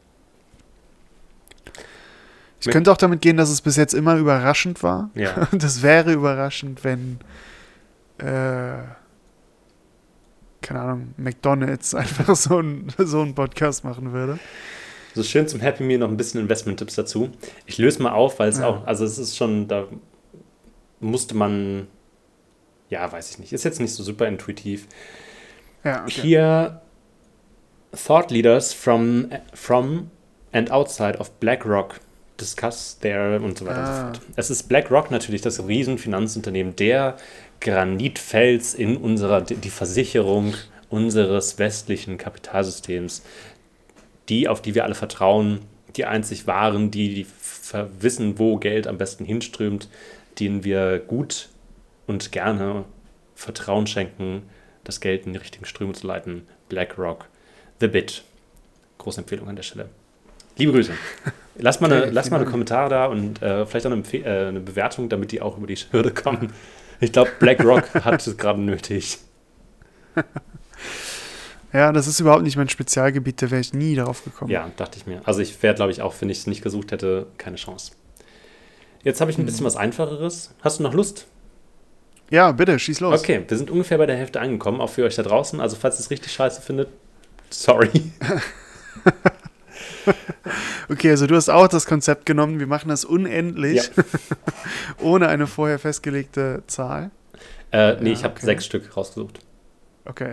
C: Ich
B: Mit-
C: könnte auch damit gehen, dass es bis jetzt immer überraschend war.
B: Ja.
C: Das wäre überraschend, wenn äh, keine Ahnung, McDonald's einfach so einen so einen Podcast machen würde.
B: So schön zum Happy Meal noch ein bisschen Investment-Tipps dazu. Ich löse mal auf, weil es
C: Ja.
B: auch, also es ist schon, da musste man, ja, weiß ich nicht, ist jetzt nicht so super intuitiv.
C: Ja, okay.
B: Hier Thought Leaders from, from and outside of BlackRock discuss their und so weiter und
C: Ah.
B: so fort. Es ist BlackRock natürlich das Riesenfinanzunternehmen, der Granitfels in unserer, die Versicherung unseres westlichen Kapitalsystems, die, auf die wir alle vertrauen, die einzig wahren, die, die ver- wissen, wo Geld am besten hinströmt, denen wir gut und gerne Vertrauen schenken, das Geld in die richtigen Ströme zu leiten. BlackRock, The Bit. Große Empfehlung an der Stelle. Liebe Grüße. Lass mal eine,
C: Okay,
B: lass mal eine
C: vielen
B: Kommentare da und äh, vielleicht auch eine, Empfe- äh, eine Bewertung, damit die auch über die Hürde kommen. Ich glaube, BlackRock hat es gerade nötig.
C: Ja, das ist überhaupt nicht mein Spezialgebiet, da wäre ich nie darauf gekommen.
B: Ja, dachte ich mir. Also ich wäre, glaube ich, auch, wenn ich es nicht gesucht hätte, keine Chance. Jetzt habe ich ein
C: Hm.
B: bisschen was Einfacheres. Hast du noch Lust?
C: Ja, bitte, schieß los.
B: Okay, wir sind ungefähr bei der Hälfte angekommen, auch für euch da draußen. Also falls ihr es richtig scheiße findet, sorry.
C: Okay, also du hast auch das Konzept genommen, wir machen das unendlich,
B: Ja.
C: ohne eine vorher festgelegte Zahl.
B: Äh, nee,
C: Ja,
B: ich habe
C: okay.
B: sechs Stück rausgesucht.
C: Okay.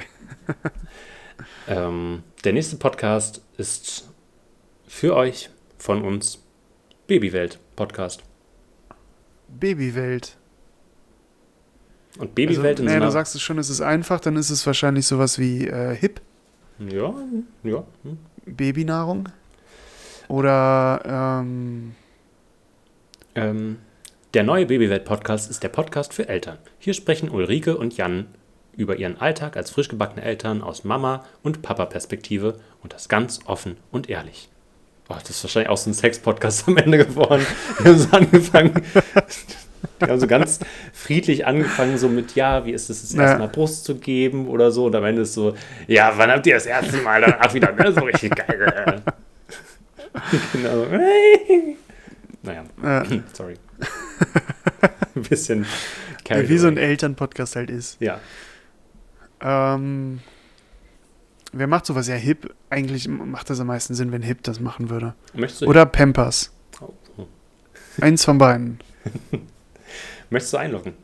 B: Ähm, der nächste Podcast ist für euch, von uns, Babywelt Podcast.
C: Babywelt.
B: Und Babywelt
C: also,
B: in
C: nee,
B: so
C: du
B: einer...
C: sagst es schon, es ist einfach, dann ist es wahrscheinlich sowas wie äh, Hip,
B: Ja, ja. hm.
C: Babynahrung. Oder, ähm,
B: Ähm, der neue Babywelt-Podcast ist der Podcast für Eltern. Hier sprechen Ulrike und Jan über ihren Alltag als frisch gebackene Eltern aus Mama- und Papa-Perspektive und das ganz offen und ehrlich. Oh, das ist wahrscheinlich auch so ein Sex-Podcast am Ende geworden. Wir haben so angefangen, die haben so ganz friedlich angefangen, so mit, ja, wie ist es, das
C: Ja.
B: erste Mal Brust zu geben oder so. Und am Ende ist so, ja, wann habt ihr das erste Mal danach wieder, ne? So richtig geil. Genau. Naja,
C: äh,
B: sorry. Ein bisschen
C: wie
B: carried
C: so ein
B: away.
C: Elternpodcast halt ist.
B: Ja,
C: Ähm, wer macht sowas? Ja, Hip. Eigentlich macht das am meisten Sinn, wenn Hip das machen würde.
B: möchtest du,
C: Oder Pampers.
B: oh, oh.
C: Eins von beiden.
B: möchtest du einloggen?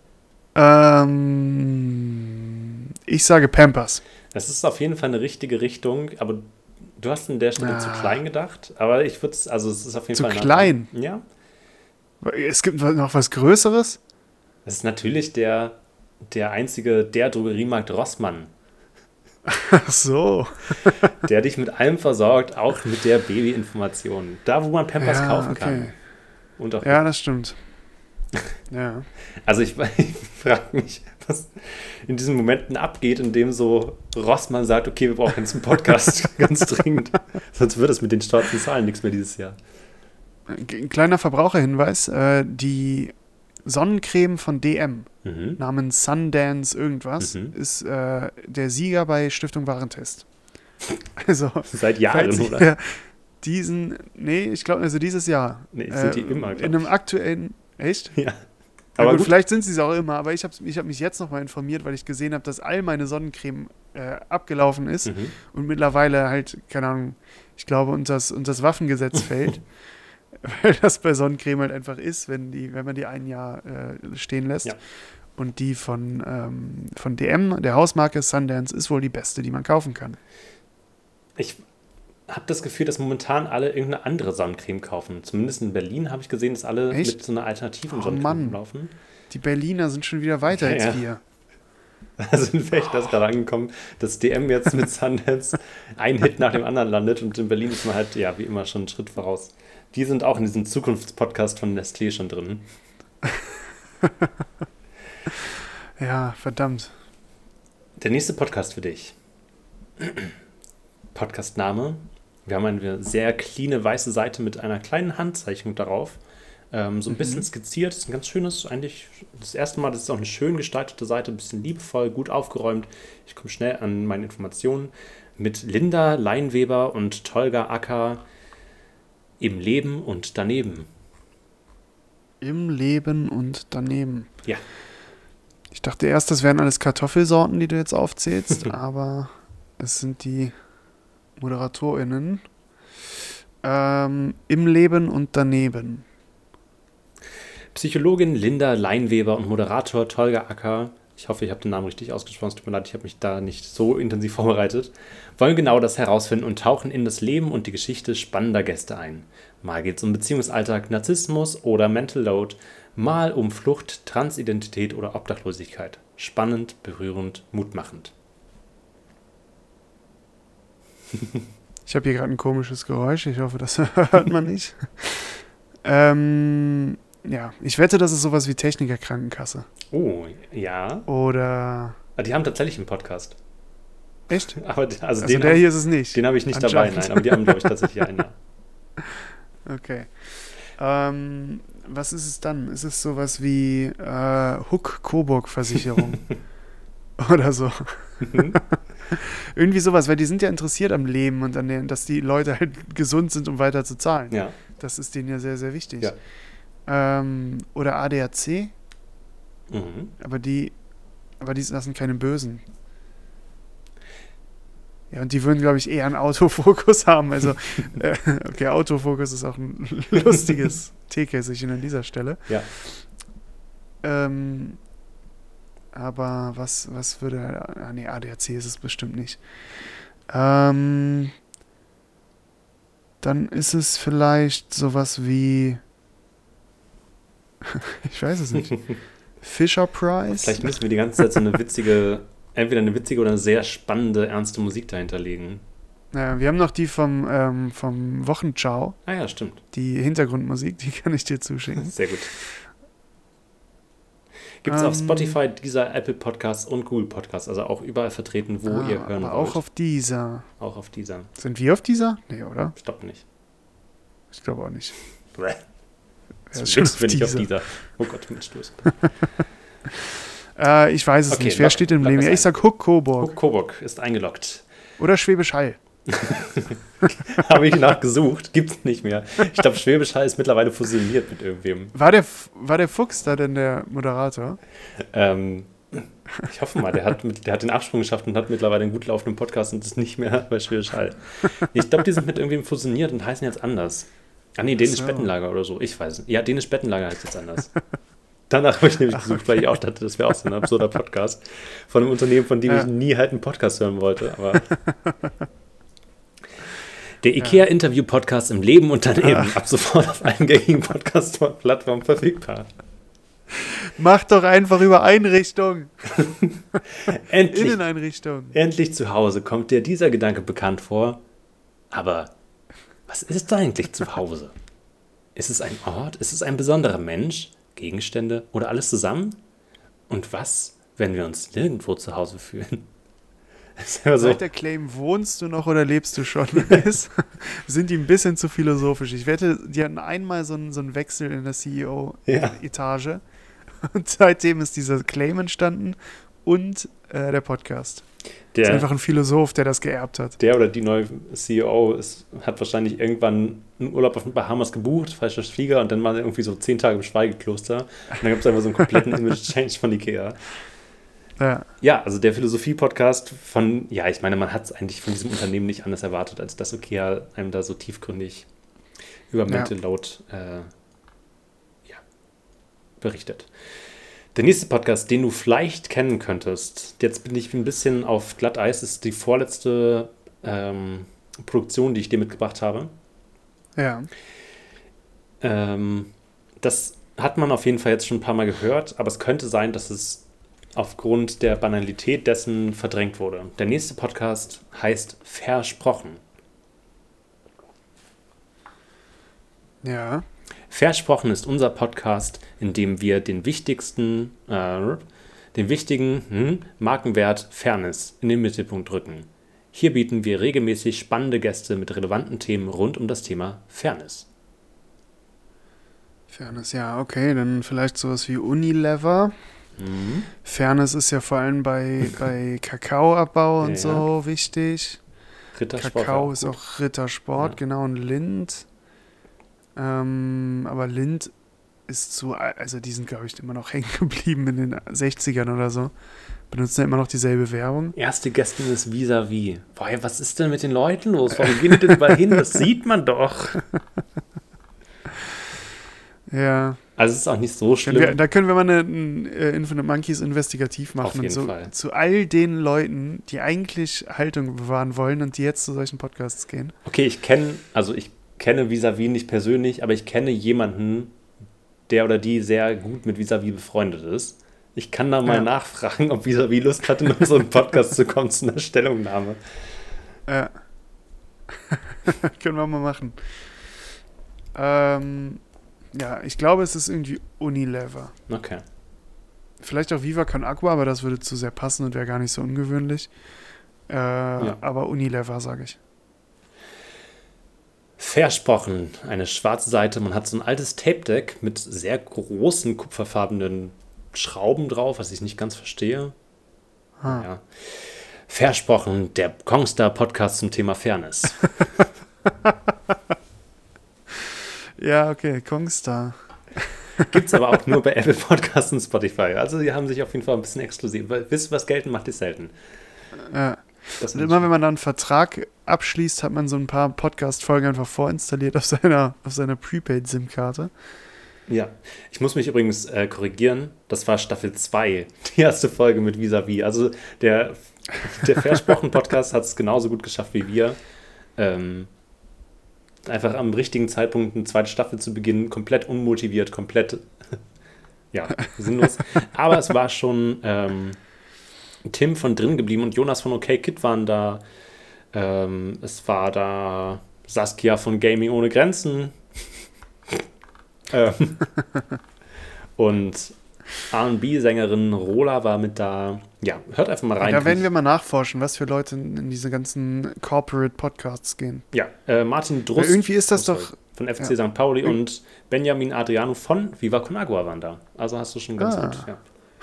C: Ähm, ich sage Pampers.
B: Das ist auf jeden Fall eine richtige Richtung, aber du hast an der Stelle
C: Ah.
B: zu klein gedacht. Aber ich würde es, also es ist auf jeden
C: Zu
B: Fall... nah-
C: klein?
B: Ja,
C: Es gibt noch was Größeres?
B: das ist natürlich der, der einzige, der Drogeriemarkt Rossmann,
C: Ach so.
B: der dich mit allem versorgt, auch mit der Babyinformation. Da, wo man Pampers
C: Ja,
B: kaufen
C: okay.
B: kann. Und auch
C: Ja, das stimmt. Ja.
B: Also ich, ich frage mich, was in diesen Momenten abgeht, in dem so Rossmann sagt, okay, wir brauchen jetzt einen Podcast ganz dringend. Sonst wird es mit den stolzen Zahlen nichts mehr dieses Jahr.
C: Ein kleiner Verbraucherhinweis. Äh, die Sonnencreme von D M
B: Mhm.
C: namens Sundance irgendwas
B: Mhm.
C: ist äh, der Sieger bei Stiftung Warentest. Also,
B: Seit Jahren,
C: falls
B: oder?
C: ihr diesen, nee, ich glaube, also dieses Jahr.
B: Nee, sind die immer, glaub
C: In einem
B: ich.
C: aktuellen, echt?
B: Ja.
C: Ja,
B: Aber
C: gut,
B: gut.
C: vielleicht sind sie es auch immer, aber ich habe ich hab mich jetzt nochmal informiert, weil ich gesehen habe, dass all meine Sonnencreme äh, abgelaufen ist
B: Mhm.
C: und mittlerweile halt, keine Ahnung, ich glaube, unter das, unter das Waffengesetz fällt, weil das bei Sonnencreme halt einfach ist, wenn, die, wenn man die ein Jahr äh, stehen lässt.
B: Ja.
C: Und die von, ähm, von D M, der Hausmarke Sundance, ist wohl die beste, die man kaufen kann.
B: Ich habe das Gefühl, dass momentan alle irgendeine andere Sonnencreme kaufen. Zumindest in Berlin habe ich gesehen, dass alle
C: Echt?
B: mit so einer alternativen
C: Oh,
B: Sonnencreme
C: Mann.
B: laufen.
C: Die Berliner sind schon wieder weiter
B: Ja,
C: als
B: ja.
C: wir.
B: Also in Fechter ist gerade angekommen, dass D M jetzt mit Sundance ein Hit nach dem anderen landet und in Berlin ist man halt, ja, wie immer schon einen Schritt voraus. Die sind auch in diesem Zukunftspodcast von Nestlé schon drin.
C: Ja, verdammt.
B: Der nächste Podcast für dich. Podcastname. Wir haben eine sehr cleane weiße Seite mit einer kleinen Handzeichnung darauf. Ähm, so ein bisschen
C: Mhm.
B: skizziert. Das ist ein ganz schönes, eigentlich das erste Mal, das ist auch eine schön gestaltete Seite, ein bisschen liebevoll, gut aufgeräumt. Ich komme schnell an meine Informationen. Mit Linda Leinweber und Tolga Acker im Leben und daneben.
C: Im Leben und daneben.
B: Ja.
C: Ich dachte erst, das wären alles Kartoffelsorten, die du jetzt aufzählst, aber es sind die ModeratorInnen. Ähm, Im Leben und daneben.
B: Psychologin Linda Leinweber und Moderator Tolga Acker, ich hoffe, ich habe den Namen richtig ausgesprochen, es tut mir leid, ich habe mich da nicht so intensiv vorbereitet, wollen genau das herausfinden und tauchen in das Leben und die Geschichte spannender Gäste ein. Mal geht es um Beziehungsalltag, Narzissmus oder Mental Load, mal um Flucht, Transidentität oder Obdachlosigkeit. Spannend, berührend, mutmachend.
C: Ich habe hier gerade ein komisches Geräusch, ich hoffe, das hört man nicht. ähm, ja, ich wette, das ist sowas wie Techniker-Krankenkasse.
B: Oh, ja.
C: Oder...
B: Ah, die haben tatsächlich einen Podcast.
C: Echt?
B: Aber also
C: Also
B: den
C: der
B: hab-
C: hier ist es nicht.
B: Den habe ich nicht dabei,
C: Anscheinend.
B: nein, aber die haben, glaube ich, tatsächlich einen. Ja.
C: Okay. Ähm, was ist es dann? Ist es sowas wie äh, Huck-Coburg-Versicherung? Oder so. Irgendwie sowas, weil die sind ja interessiert am Leben und an dem, dass die Leute halt gesund sind, um weiter zu zahlen.
B: Ja.
C: Das ist denen ja sehr, sehr wichtig.
B: Ja.
C: Ähm, oder A D A C,
B: Mhm.
C: aber die, aber die lassen keine Bösen. Ja, und die würden, glaube ich, eher einen Autofokus haben. Also, äh, okay, Autofokus ist auch ein lustiges Teekästchen an dieser Stelle.
B: Ja.
C: Ähm, aber was, was würde. Ah, nee, A D A C ist es bestimmt nicht. Ähm, dann ist es vielleicht sowas wie. Ich weiß es nicht. Fisher Price?
B: Vielleicht müssen wir die ganze Zeit so eine witzige, entweder eine witzige oder eine sehr spannende, ernste Musik dahinter legen.
C: Ja, wir haben noch die vom, ähm, vom Wochenschau,
B: Ah ja, stimmt.
C: die Hintergrundmusik, die kann ich dir zuschicken.
B: Sehr gut. Gibt es
C: Ähm,
B: auf Spotify, dieser Apple Podcasts und Google Podcasts, also auch überall vertreten, wo
C: Ah,
B: ihr hören
C: aber
B: wollt.
C: auch auf dieser.
B: auch auf dieser.
C: Sind wir auf dieser? Nee, oder?
B: Stopp nicht.
C: Ich glaube auch nicht.
B: Bräh.
C: Ja,
B: Zum
C: ist schon
B: Glück bin ich auf
C: dieser.
B: dieser. Oh Gott, mit Stoß.
C: Äh, ich weiß es
B: Okay,
C: nicht. Wer
B: lock-
C: steht im
B: lock
C: Leben?
B: das
C: Ja, ich
B: ein.
C: sag Huck Coburg.
B: Huck Coburg ist eingeloggt.
C: Oder Schwäbisch Hall.
B: Habe ich nachgesucht, gibt es nicht mehr. Ich glaube, Schwäbisch Hall ist mittlerweile fusioniert mit irgendwem.
C: War der, F- war der Fuchs da denn der Moderator?
B: Ähm, ich hoffe mal, der hat, mit, der hat den Absprung geschafft und hat mittlerweile einen gut laufenden Podcast und ist nicht mehr bei Schwäbisch Hall. Ich glaube, die sind mit irgendwem fusioniert und heißen jetzt anders. Ah nee, Dänisch
C: so.
B: Bettenlager oder so. Ich weiß nicht. Ja, Dänisch Bettenlager heißt jetzt anders. Danach habe ich nämlich gesucht, weil ich auch dachte, das wäre auch so ein absurder Podcast von einem Unternehmen, von dem
C: Ja.
B: ich nie halt einen Podcast hören wollte. Aber der IKEA-Interview-Podcast im Leben und daneben. Ab sofort auf allen gängigen Podcast-Plattformen verfügbar.
C: Mach doch einfach über Einrichtung.
B: Endlich,
C: Inneneinrichtung.
B: endlich zu Hause kommt dir dieser Gedanke bekannt vor. Aber was ist eigentlich zu Hause? Ist es ein Ort? Ist es ein besonderer Mensch? Gegenstände oder alles zusammen? Und was, wenn wir uns nirgendwo zu Hause fühlen? Das ist immer so,
C: Seit der Claim, wohnst du noch oder lebst du schon? ist, sind die ein bisschen zu philosophisch. Ich wette, die hatten einmal so einen, so einen Wechsel in der C E O-Etage.
B: Ja.
C: Und seitdem ist dieser Claim entstanden und äh, der Podcast. Das ist
B: der,
C: einfach ein Philosoph, der das geerbt hat.
B: der oder die neue C E O ist, hat wahrscheinlich irgendwann einen Urlaub auf den Bahamas gebucht, falscher Flieger, und dann mal irgendwie so zehn Tage im Schweigekloster. Und dann gibt es einfach so einen kompletten Image-Change von Ikea.
C: Ja,
B: Ja, also der Philosophie-Podcast von, ja, ich meine, man hat es eigentlich von diesem Unternehmen nicht anders erwartet, als dass Ikea einem da so tiefgründig über Mental Load äh, ja, berichtet. Der nächste Podcast, den du vielleicht kennen könntest, jetzt bin ich ein bisschen auf Glatteis, ist die vorletzte ähm, Produktion, die ich dir mitgebracht habe.
C: ja.
B: Ähm, das hat man auf jeden Fall jetzt schon ein paar Mal gehört, aber es könnte sein, dass es aufgrund der Banalität dessen verdrängt wurde. Der nächste Podcast heißt Versprochen.
C: Ja.
B: Versprochen ist unser Podcast, in dem wir den wichtigsten, äh, den wichtigen hm, Markenwert Fairness in den Mittelpunkt rücken. Hier bieten wir regelmäßig spannende Gäste mit relevanten Themen rund um das Thema Fairness.
C: Fairness, ja, okay, dann vielleicht sowas wie Unilever.
B: Mhm.
C: Fairness ist ja vor allem bei, bei Kakaoabbau und
B: Ja.
C: so wichtig.
B: Rittersport
C: Kakao
B: war
C: ist
B: gut.
C: auch Rittersport,
B: Ja.
C: genau, und Lindt. Ähm, aber Lindt ist so, al- also die sind, glaube ich, immer noch hängen geblieben in den sechzigern oder so. Benutzen ja immer noch dieselbe Werbung.
B: Erste Gästin ist Vis-a-vis. Boah, was ist denn mit den Leuten los? Warum gehen die denn überall hin? Das sieht man doch.
C: Ja,
B: Also es ist auch nicht so
C: können
B: schlimm.
C: wir, da können wir mal eine, ein äh, Infinite Monkeys investigativ machen.
B: Auf jeden
C: und so
B: Fall.
C: Zu all den Leuten, die eigentlich Haltung bewahren wollen und die jetzt zu solchen Podcasts gehen.
B: Okay, ich kenne, also ich kenne Vis-a-vis nicht persönlich, aber ich kenne jemanden, der oder die sehr gut mit Vis-a-vis befreundet ist. Ich kann da mal
C: Ja.
B: nachfragen, ob Vis-a-vis Lust hat, in unseren Podcast zu kommen, zu einer Stellungnahme.
C: Ja. Können wir mal machen. Ähm, ja, ich glaube, es ist irgendwie Unilever.
B: Okay.
C: Vielleicht auch Viva Con Agua, aber das würde zu sehr passen und wäre gar nicht so ungewöhnlich. Äh, Aber Unilever, sage ich.
B: Versprochen, eine schwarze Seite. Man hat so ein altes Tape-Deck mit sehr großen kupferfarbenen Schrauben drauf, was ich nicht ganz verstehe.
C: Ah.
B: Ja. Versprochen, der Kongstar-Podcast zum Thema Fairness.
C: Ja, okay, Kongstar.
B: Gibt es aber auch nur bei Apple Podcasts und Spotify. Also die haben sich auf jeden Fall ein bisschen exklusiv. Weil wisst ihr, was gelten macht, ist selten.
C: Ja.
B: Das
C: Und immer wenn man dann einen Vertrag abschließt, hat man so ein paar Podcast-Folgen einfach vorinstalliert auf seiner, auf seiner Prepaid-SIM-Karte.
B: Ja, ich muss mich übrigens äh, korrigieren. Das war Staffel zwei, die erste Folge mit Vis-a-vis. Also der, der Versprochen-Podcast hat es genauso gut geschafft wie wir. Ähm, einfach am richtigen Zeitpunkt eine zweite Staffel zu beginnen, komplett unmotiviert, komplett ja, sinnlos. Aber es war schon ähm, Tim von drin geblieben und Jonas von OK Kid waren da. Ähm, es war da Saskia von Gaming ohne Grenzen. ähm, und R und B-Sängerin Rola war mit da. Ja, hört einfach mal rein.
C: Da werden wir mal nachforschen, was für Leute in, in diese ganzen Corporate-Podcasts gehen.
B: Ja, äh, Martin
C: Weil
B: Drust
C: irgendwie ist das
B: oh,
C: doch...
B: sorry, von F C
C: ja.
B: Sankt Pauli und Benjamin Adriano von Viva Con Agua waren da. Also hast du schon ganz
C: Ah.
B: gut. Ja.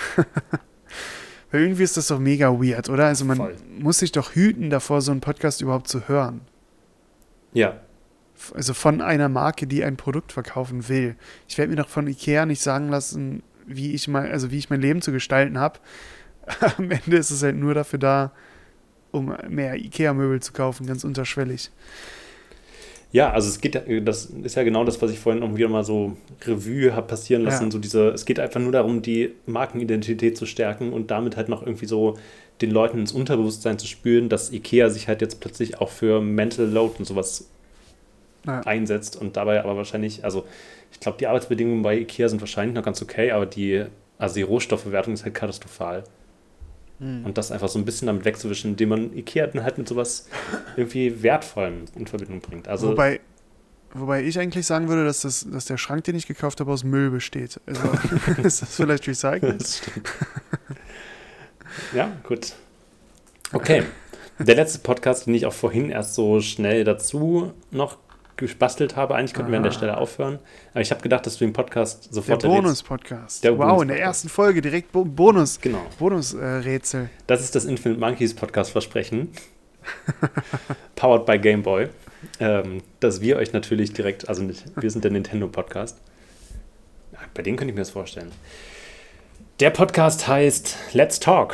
C: Weil irgendwie ist das doch mega weird, oder? Also man
B: Voll.
C: muss sich doch hüten davor, so einen Podcast überhaupt zu hören.
B: ja,
C: F- Also von einer Marke, die ein Produkt verkaufen will. Ich werde mir doch von Ikea nicht sagen lassen, wie ich mal, also wie ich mein Leben zu gestalten habe. Am Ende ist es halt nur dafür da, um mehr Ikea-Möbel zu kaufen, ganz unterschwellig.
B: Ja, also es geht, ja- das ist ja genau das, was ich vorhin auch wieder mal so Revue habe passieren lassen.
C: Ja.
B: So diese, es geht einfach nur darum, die Markenidentität zu stärken und damit halt noch irgendwie so den Leuten ins Unterbewusstsein zu spüren, dass Ikea sich halt jetzt plötzlich auch für Mental Load und sowas
C: Ja.
B: einsetzt und dabei aber wahrscheinlich, also ich glaube, die Arbeitsbedingungen bei Ikea sind wahrscheinlich noch ganz okay, aber die, also die Rohstoffbewertung ist halt katastrophal.
C: Hm.
B: Und das einfach so ein bisschen damit wegzuwischen, indem man Ikea dann halt mit sowas irgendwie Wertvollem in Verbindung bringt. Also
C: Wobei, wobei ich eigentlich sagen würde, dass, das, dass der Schrank, den ich gekauft habe, aus Müll besteht. Also ist das vielleicht recycelt?
B: das stimmt. Ja, gut. Okay. Der letzte Podcast, den ich auch vorhin erst so schnell dazu noch gebastelt habe, eigentlich könnten wir an der
C: Aha.
B: Stelle aufhören, aber ich habe gedacht, dass du den Podcast
C: Der
B: sofort errätst.
C: Bonus-Podcast.
B: Der
C: Wow, in der
B: Bonus-Podcast.
C: ersten Folge direkt Bo Bonus.
B: Genau.
C: Bonus-Rätsel.
B: Das ist das Infinite Monkeys Podcast Versprechen. Powered by Game Boy. Ähm, dass wir euch natürlich direkt, also nicht, wir sind der Nintendo Podcast. Ja, bei denen könnte ich mir das vorstellen. Der Podcast heißt Let's Talk.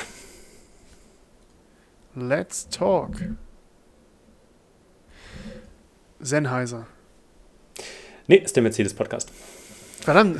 C: Let's talk. Sennheiser.
B: Nee, ist der Mercedes Podcast.
C: Verdammt.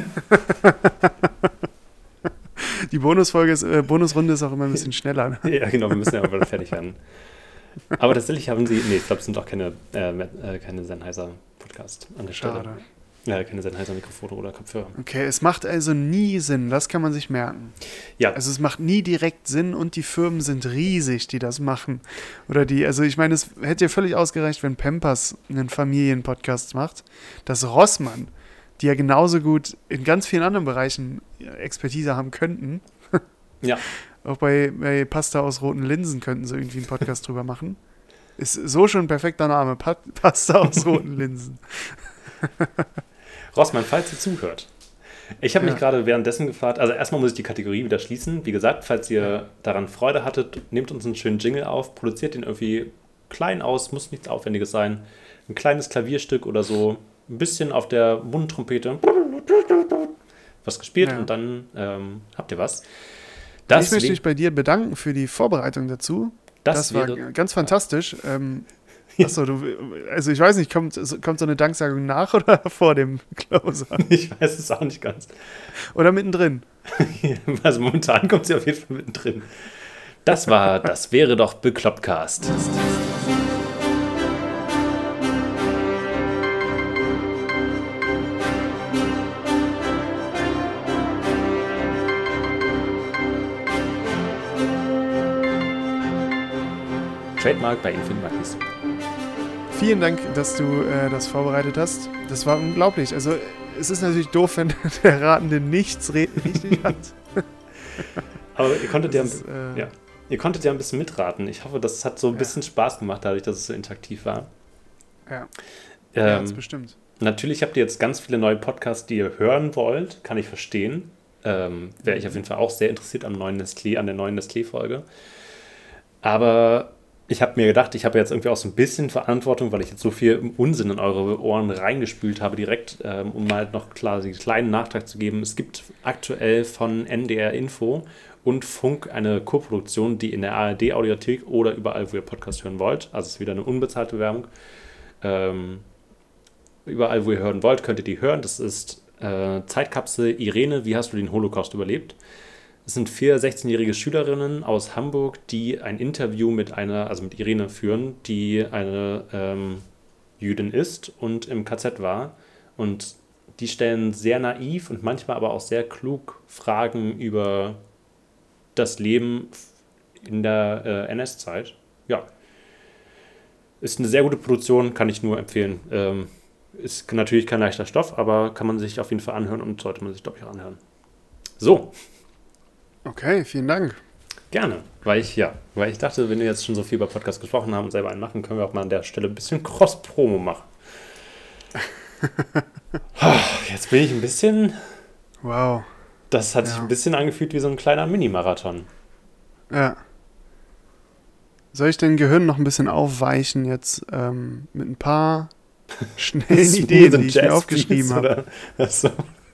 C: Die Bonusfolge ist, äh, Bonusrunde ist auch immer ein bisschen schneller. Ne?
B: Ja, genau, wir müssen ja aber fertig werden. Aber tatsächlich haben sie, nee, ich glaube, es sind auch keine, äh, äh, keine Sennheiser Podcast an der Stelle.
C: Schade.
B: Ja, keine Sennheiser Mikrofone oder Kopfhörer.
C: Okay, es macht also nie Sinn, das kann man sich merken.
B: Ja,
C: Also es macht nie direkt Sinn und die Firmen sind riesig, die das machen. Oder die, also ich meine, es hätte ja völlig ausgereicht, wenn Pampers einen Familienpodcast macht, dass Rossmann, die ja genauso gut in ganz vielen anderen Bereichen Expertise haben könnten,
B: Ja.
C: Auch bei, bei Pasta aus roten Linsen könnten sie irgendwie einen Podcast drüber machen. Ist so schon ein perfekter Name. Pa- Pasta aus roten Linsen.
B: Rossmann, falls ihr zuhört. Ich habe
C: Ja.
B: mich gerade währenddessen gefragt, also erstmal muss ich die Kategorie wieder schließen. Wie gesagt, falls ihr
C: Ja.
B: daran Freude hattet, nehmt uns einen schönen Jingle auf, produziert den irgendwie klein aus, muss nichts Aufwendiges sein. Ein kleines Klavierstück oder so, ein bisschen auf der Mundtrompete was gespielt
C: Ja.
B: und dann ähm, habt ihr was.
C: ich
B: Das,
C: möchte
B: we-
C: mich bei dir bedanken für die Vorbereitung dazu.
B: das,
C: Das, war
B: wäre,
C: ganz fantastisch. Ähm, achso, du, also ich weiß nicht, kommt, kommt so eine Danksagung nach oder vor dem Closer?
B: ich weiß es auch nicht ganz.
C: Oder mittendrin?
B: Also momentan kommt sie auf jeden Fall mittendrin. Das war, das wäre doch Beklopptcast. Trademark bei Infinity.
C: Vielen Dank, dass du äh, das vorbereitet hast. Das war unglaublich. Also es ist natürlich doof, wenn der Ratende nichts re- richtig hat.
B: Aber ihr konntet, ja,
C: Das ist, äh,
B: ja, ihr konntet ja ein bisschen mitraten. Ich hoffe, das hat so ein
C: Ja.
B: bisschen Spaß gemacht, dadurch, dass es so interaktiv war.
C: Ja, ja
B: Ähm,
C: das bestimmt.
B: Natürlich habt ihr jetzt ganz viele neue Podcasts, die ihr hören wollt. Kann ich verstehen. Ähm, Wäre ich auf jeden Fall auch sehr interessiert am neuen Nestlé, an der neuen Nestlé-Folge. Aber ich habe mir gedacht, ich habe jetzt irgendwie auch so ein bisschen Verantwortung, weil ich jetzt so viel Unsinn in eure Ohren reingespült habe direkt, ähm, um mal noch klar einen kleinen Nachtrag zu geben. Es gibt aktuell von N D R Info und Funk eine Koproduktion, die in der A R D-Audiothek oder überall, wo ihr Podcast hören wollt, also es ist wieder eine unbezahlte Werbung, ähm, überall, wo ihr hören wollt, könnt ihr die hören. Das ist äh, Zeitkapsel Irene, wie hast du den Holocaust überlebt? Es sind vier sechzehnjährige Schülerinnen aus Hamburg, die ein Interview mit einer, also mit Irene führen, die eine ähm, Jüdin ist und im K Z war. Und die stellen sehr naiv und manchmal aber auch sehr klug Fragen über das Leben in der äh, N S-Zeit. Ja. Ist eine sehr gute Produktion, kann ich nur empfehlen. Ähm, ist natürlich kein leichter Stoff, aber kann man sich auf jeden Fall anhören und sollte man sich, glaube ich, auch anhören. So.
C: Okay, vielen Dank.
B: Gerne, weil ich, ja, weil ich dachte, wenn wir jetzt schon so viel über Podcasts gesprochen haben und selber einen machen, können wir auch mal an der Stelle ein bisschen Cross-Promo machen. Jetzt bin ich ein bisschen,
C: Wow.
B: das hat sich
C: Ja.
B: ein bisschen angefühlt wie so ein kleiner Mini-Marathon.
C: Ja. Soll ich dein Gehirn noch ein bisschen aufweichen jetzt ähm, mit ein paar schnellen
B: Smooth
C: Ideen,
B: and
C: die ich mir
B: Jazz
C: aufgeschrieben
B: Beats,
C: habe?
B: oder? Achso.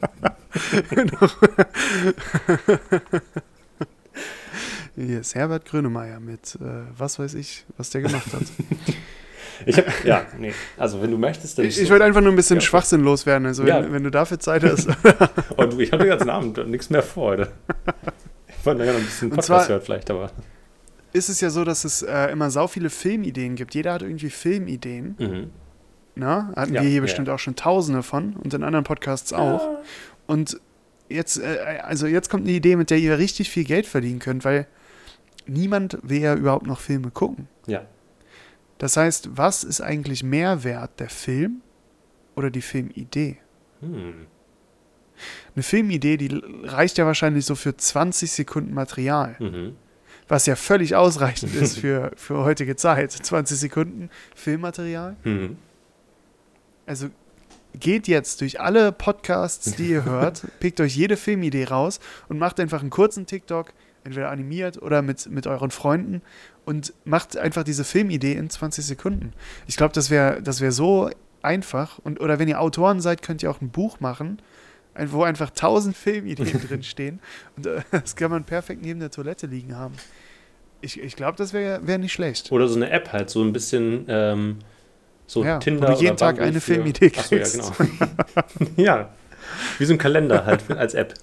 C: Hier ist Herbert Grönemeyer mit, äh, was weiß ich, was der gemacht hat.
B: Ich hab, ja, nee, also wenn du möchtest, dann...
C: Ich, ich wollte einfach nur ein bisschen
B: Ja.
C: Schwachsinn loswerden, also wenn,
B: Ja.
C: wenn du dafür Zeit hast.
B: Oh, du, ich habe den ganzen Abend nichts mehr vor heute. Ich wollte ja noch ein bisschen
C: Und
B: Podcast
C: zwar-
B: hören vielleicht, aber...
C: Ist es ja so, dass es äh, immer sau viele Filmideen gibt. Jeder hat irgendwie Filmideen.
B: Mhm.
C: Na? Hatten
B: Ja,
C: wir hier
B: ja.
C: bestimmt auch schon tausende von und in anderen Podcasts auch. Und jetzt, äh, also jetzt kommt eine Idee, mit der ihr richtig viel Geld verdienen könnt, weil niemand will ja überhaupt noch Filme gucken.
B: Ja.
C: Das heißt, was ist eigentlich mehr wert, der Film oder die Filmidee?
B: Hm.
C: Eine Filmidee, die reicht ja wahrscheinlich so für zwanzig Sekunden Material,
B: Mhm.
C: was ja völlig ausreichend ist für, für heutige Zeit. zwanzig Sekunden Filmmaterial.
B: Mhm.
C: Also geht jetzt durch alle Podcasts, die ihr hört, pickt euch jede Filmidee raus und macht einfach einen kurzen TikTok, entweder animiert oder mit, mit euren Freunden und macht einfach diese Filmidee in zwanzig Sekunden. Ich glaube, das wäre das wär so einfach. Und, oder wenn ihr Autoren seid, könnt ihr auch ein Buch machen, ein- wo einfach tausend Filmideen drinstehen. Und äh, das kann man perfekt neben der Toilette liegen haben. Ich, ich glaube, das wäre wär nicht schlecht.
B: Oder so eine App halt, so ein bisschen ähm, so
C: Ja, wo
B: Tinder
C: du jeden
B: oder
C: Tag
B: Bumble
C: eine
B: für-
C: Filmidee
B: Achso, ja,
C: kriegst.
B: genau. Ja, wie so ein Kalender halt für- als App.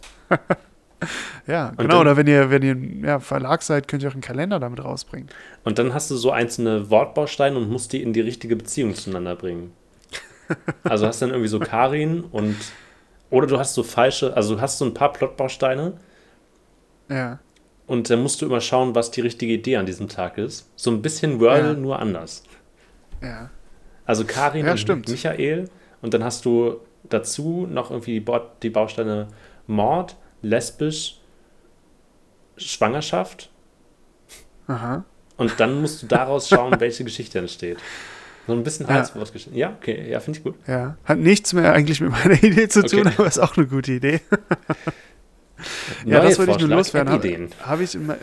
C: Ja,
B: Und
C: genau.
B: dann-
C: Oder wenn ihr, wenn ihr ja, Verlag seid, könnt ihr auch einen Kalender damit rausbringen.
B: Und dann hast du so einzelne Wortbausteine und musst die in die richtige Beziehung zueinander bringen. Also hast dann irgendwie so Karin und oder du hast so falsche, also du hast so ein paar Plotbausteine
C: Ja.
B: und dann musst du immer schauen, was die richtige Idee an diesem Tag ist. So ein bisschen Wordle,
C: Ja.
B: nur anders.
C: Ja.
B: Also Karin
C: Ja,
B: und
C: stimmt.
B: Michael und dann hast du dazu noch irgendwie die, Ba- die Bausteine Mord, lesbisch Schwangerschaft.
C: Aha.
B: Und dann musst du daraus schauen, welche Geschichte entsteht. So ein bisschen
C: Ja.
B: Halswortgeschichte. Ja, okay, ja, finde ich gut.
C: Ja. Hat nichts mehr eigentlich mit meiner Idee zu tun,
B: Okay.
C: aber ist auch eine gute Idee.
B: Neue
C: Ja, das wollte ich nur
B: Vorschlag,
C: loswerden. Habe
B: Ideen.
C: hab ich, in mei-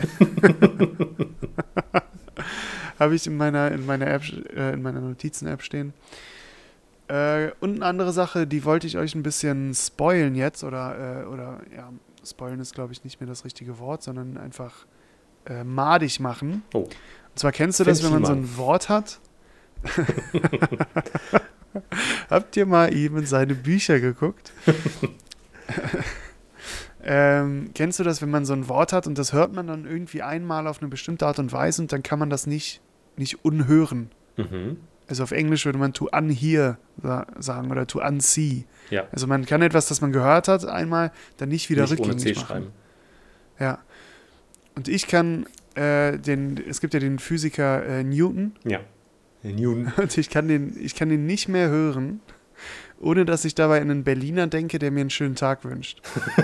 C: hab ich in meiner, in meiner App, äh, in meiner Notizen-App stehen. Äh, und eine andere Sache, die wollte ich euch ein bisschen spoilen jetzt, oder, äh, oder ja, spoilen ist, glaube ich, nicht mehr das richtige Wort, sondern einfach äh, madig machen.
B: Oh.
C: Und zwar kennst du
B: Find
C: das, wenn
B: ich
C: man so
B: mal.
C: ein Wort hat? Habt ihr mal eben in seine Bücher geguckt? ähm, kennst du das, wenn man so ein Wort hat und das hört man dann irgendwie einmal auf eine bestimmte Art und Weise und dann kann man das nicht, nicht unhören?
B: Mhm.
C: Also auf Englisch würde man to unhear sa- sagen oder to unsee.
B: Ja,
C: Also man kann etwas, das man gehört hat, einmal dann nicht wieder
B: nicht ohne
C: rückgängig
B: C
C: machen.
B: schreiben.
C: Ja. Und ich kann äh, den, es gibt ja den Physiker äh, Newton
B: Ja. Newton.
C: und ich kann den, ich kann den nicht mehr hören, ohne dass ich dabei an einen Berliner denke, der mir einen schönen Tag wünscht.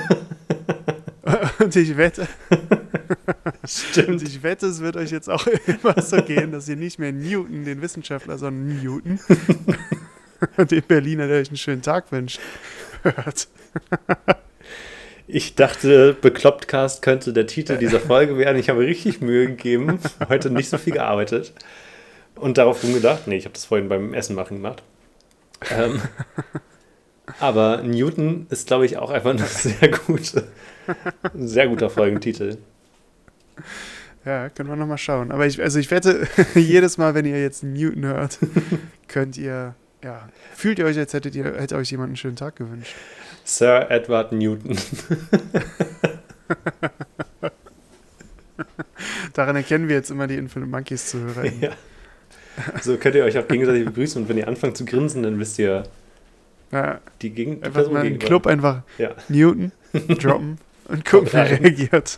C: Und ich wette, und
B: Stimmt.
C: ich wette, es wird euch jetzt auch immer so gehen, dass ihr nicht mehr Newton, den Wissenschaftler, sondern Newton, den Berliner, der euch einen schönen Tag wünscht, hört.
B: Ich dachte, Beklopptcast könnte der Titel dieser Folge werden. Ich habe mir richtig Mühe gegeben, heute nicht so viel gearbeitet und darauf rumgedacht. Nee, ich habe das vorhin beim Essen machen gemacht. Ähm, aber Newton ist, glaube ich, auch einfach eine sehr gute, ein sehr guter Folgentitel.
C: Ja, können wir nochmal schauen. Aber ich, also ich wette, jedes Mal, wenn ihr jetzt Newton hört, könnt ihr, ja, fühlt ihr euch, als hättet ihr, hätte euch jemand einen schönen Tag gewünscht.
B: Sir Edward Newton.
C: Daran erkennen wir jetzt immer die Infinite Monkeys Zuhörer.
B: Ja. So könnt ihr euch auch gegenseitig begrüßen und wenn ihr anfangt zu grinsen, dann wisst ihr,
C: Ja,
B: die, Gegen die
C: einfach
B: Person
C: mal im
B: gegenüber-
C: Club einfach
B: Ja.
C: Newton droppen und gucken, wie er
B: Rein.
C: reagiert.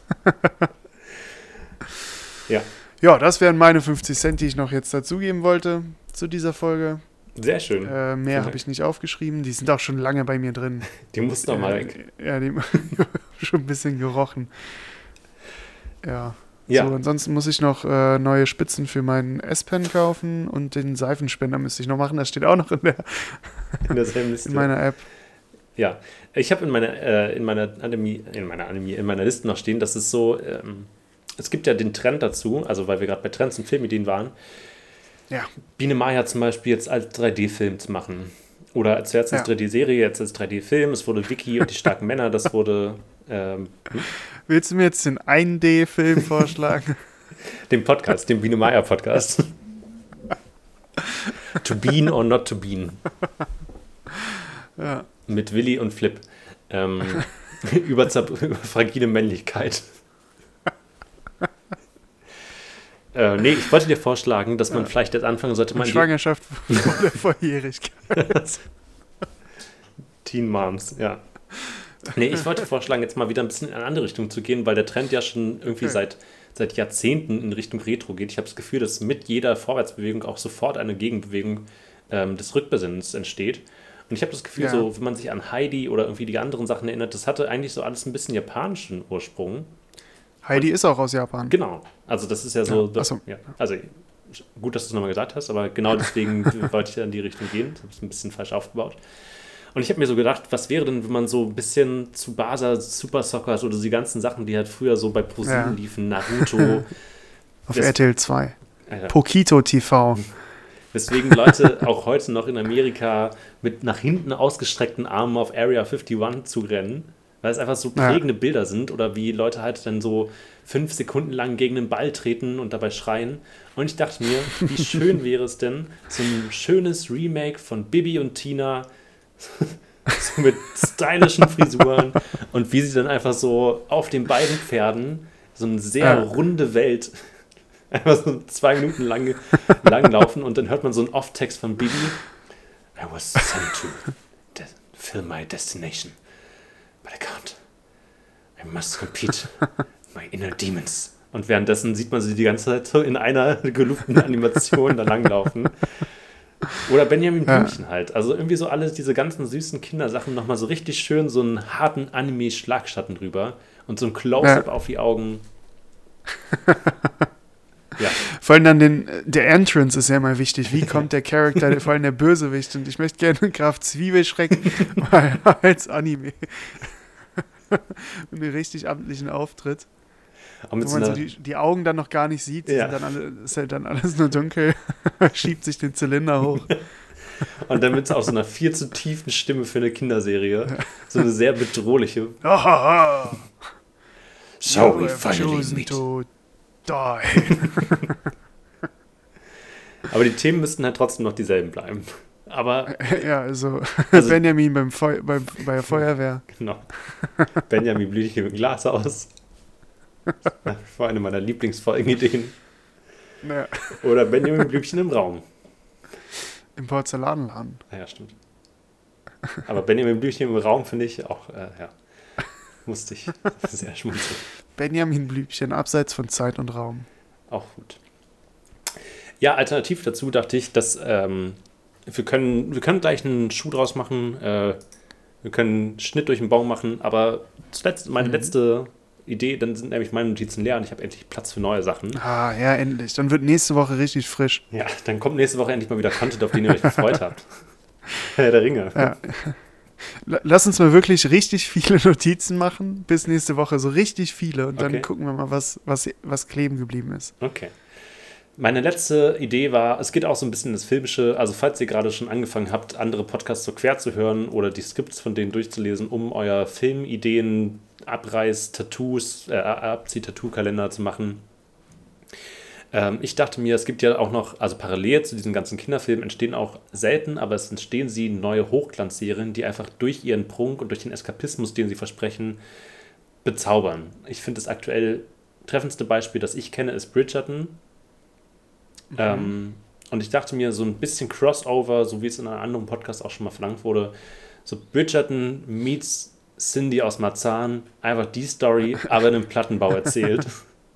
B: Ja.
C: Ja, das wären meine fünfzig Cent, die ich noch jetzt dazugeben wollte zu dieser Folge.
B: Sehr schön.
C: Äh, mehr
B: Dank.
C: habe ich nicht aufgeschrieben. Die sind auch schon lange bei mir drin.
B: Die muss noch mal weg.
C: Äh, ja, die schon ein bisschen gerochen. Ja.
B: Ja.
C: So, ansonsten muss ich noch äh, neue Spitzen für meinen S-Pen kaufen und den Seifenspender müsste ich noch machen. Das steht auch noch in, der,
B: In derselben Liste.
C: in meiner App.
B: Ja, ich habe in meiner äh, in meiner Anime, in meiner Anime, in meiner Liste noch stehen, dass es so, ähm, es gibt ja den Trend dazu, also weil wir gerade bei Trends und Filmideen waren,
C: Ja.
B: Biene Maya zum Beispiel jetzt als drei D-Film zu machen. Oder zuerst als
C: Ja.
B: drei D-Serie, jetzt als drei D-Film. Es wurde Vicky und die starken Männer, das wurde ähm,
C: Willst du mir jetzt den ein D-Film vorschlagen?
B: den Podcast, den Biene Maya Podcast. To Bean or Not to Bean.
C: Ja.
B: Mit Willi und Flip. Ähm, über, über fragile Männlichkeit. äh, nee, ich wollte dir vorschlagen, dass man
C: Ja.
B: vielleicht jetzt anfangen sollte, mal
C: Und
B: in die
C: Schwangerschaft vor der Volljährigkeit.
B: Teen Moms, ja. Nee, ich wollte vorschlagen, jetzt mal wieder ein bisschen in eine andere Richtung zu gehen, weil der Trend ja schon irgendwie
C: Okay.
B: seit, seit Jahrzehnten in Richtung Retro geht. Ich habe das Gefühl, dass mit jeder Vorwärtsbewegung auch sofort eine Gegenbewegung ähm, des Rückbesinnens entsteht. Und ich habe das Gefühl,
C: Ja.
B: so, wenn man sich an Heidi oder irgendwie die anderen Sachen erinnert, das hatte eigentlich so alles ein bisschen japanischen Ursprung.
C: Heidi ist auch aus Japan.
B: Genau. Also das ist ja so.
C: Ja, ach so.
B: Ja. Also gut, dass du es nochmal gesagt hast, aber genau deswegen wollte ich ja in die Richtung gehen. Das ist ein bisschen falsch aufgebaut. Und ich habe mir so gedacht, was wäre denn, wenn man so ein bisschen Tsubasa, Super Soccers oder die ganzen Sachen, die halt früher so bei ProSieben
C: Ja.
B: liefen, Naruto,
C: Auf
B: Das-
C: R T L zwei.
B: Alter,
C: Pokito T V.
B: weswegen Leute auch heute noch in Amerika mit nach hinten ausgestreckten Armen auf Area einundfünfzig zurennen, weil es einfach so
C: Ja.
B: prägende Bilder sind oder wie Leute halt dann so fünf Sekunden lang gegen den Ball treten und dabei schreien. Und ich dachte mir, wie schön wäre es denn, so ein schönes Remake von Bibi und Tina, so mit stylischen Frisuren und wie sie dann einfach so auf den beiden Pferden so eine sehr
C: Ja.
B: runde Welt einfach so zwei Minuten lang, lang laufen und dann hört man so einen Off-Text von Bibi. I was sent to de- fill my destination, but I can't. I must compete my inner demons. Und währenddessen sieht man sie die ganze Zeit so in einer geluften Animation da langlaufen. Oder Benjamin
C: Ja.
B: Blümchen halt. Also irgendwie so alle diese ganzen süßen Kindersachen nochmal so richtig schön so einen harten Anime-Schlagschatten drüber und so ein Close-Up
C: Ja.
B: auf die Augen. Ja.
C: Vor allem dann den, der Entrance ist ja immer wichtig. Wie kommt der Charakter, vor allem der Bösewicht? Und ich möchte gerne Graf Zwiebelschreck mal als Anime. Einen richtig amtlichen Auftritt.
B: Auch mit
C: Wo
B: so
C: man
B: einer,
C: so die, die Augen dann noch gar nicht sieht. Die
B: Ja.
C: sind dann alle, ist halt dann alles nur dunkel. Schiebt sich den Zylinder hoch.
B: und dann mit so auch so einer viel zu tiefen Stimme für eine Kinderserie. So eine sehr bedrohliche.
C: Oh,
B: So
C: we finally meet. To die.
B: Aber die Themen müssten halt trotzdem noch dieselben bleiben. Aber,
C: Ja, also,
B: Also-
C: Benjamin beim Feu beim, bei der Feuerwehr.
B: genau. Benjamin Blümchen mit Glas aus. Nach wie vor eine meiner Lieblingsfolgenideen.
C: Naja,
B: Oder Benjamin Blümchen im Raum.
C: im Porzellanladen.
B: Ah ja, stimmt. Aber Benjamin Blümchen im Raum finde ich auch, äh, ja, musste ich sehr schmunzeln.
C: Benjamin Blümchen, abseits von Zeit und Raum.
B: Auch gut. Ja, alternativ dazu dachte ich, dass ähm, wir können, wir können gleich einen Schuh draus machen, äh, wir können einen Schnitt durch den Baum machen, aber zuletzt, meine
C: Mhm.
B: letzte Idee, dann sind nämlich meine Notizen leer und ich habe endlich Platz für neue Sachen.
C: Ah, ja, endlich. Dann wird nächste Woche richtig frisch.
B: Ja, dann kommt nächste Woche endlich mal wieder Content, auf den ihr euch gefreut habt. Herr der Ringe.
C: Ja. La- Lass uns mal wirklich richtig viele Notizen machen, bis nächste Woche, so richtig viele. Und dann
B: Okay.
C: gucken wir mal, was, was, was kleben geblieben ist.
B: Okay. Meine letzte Idee war, es geht auch so ein bisschen ins Filmische, also falls ihr gerade schon angefangen habt, andere Podcasts so quer zu hören oder die Skripts von denen durchzulesen, um euer Filmideen, Abreiß, Tattoos, äh, Abzieh-Tattoo-Kalender zu machen. Ähm, ich dachte mir, es gibt ja auch noch, also parallel zu diesen ganzen Kinderfilmen entstehen auch selten, aber es entstehen sie neue Hochglanzserien, die einfach durch ihren Prunk und durch den Eskapismus, den sie versprechen, bezaubern. Ich finde das aktuell treffendste Beispiel, das ich kenne, ist Bridgerton. Ähm, und ich dachte mir, so ein bisschen Crossover, so wie es in einem anderen Podcast auch schon mal verlangt wurde, so Bridgerton meets Cindy aus Marzahn, einfach die Story, aber in einem Plattenbau erzählt.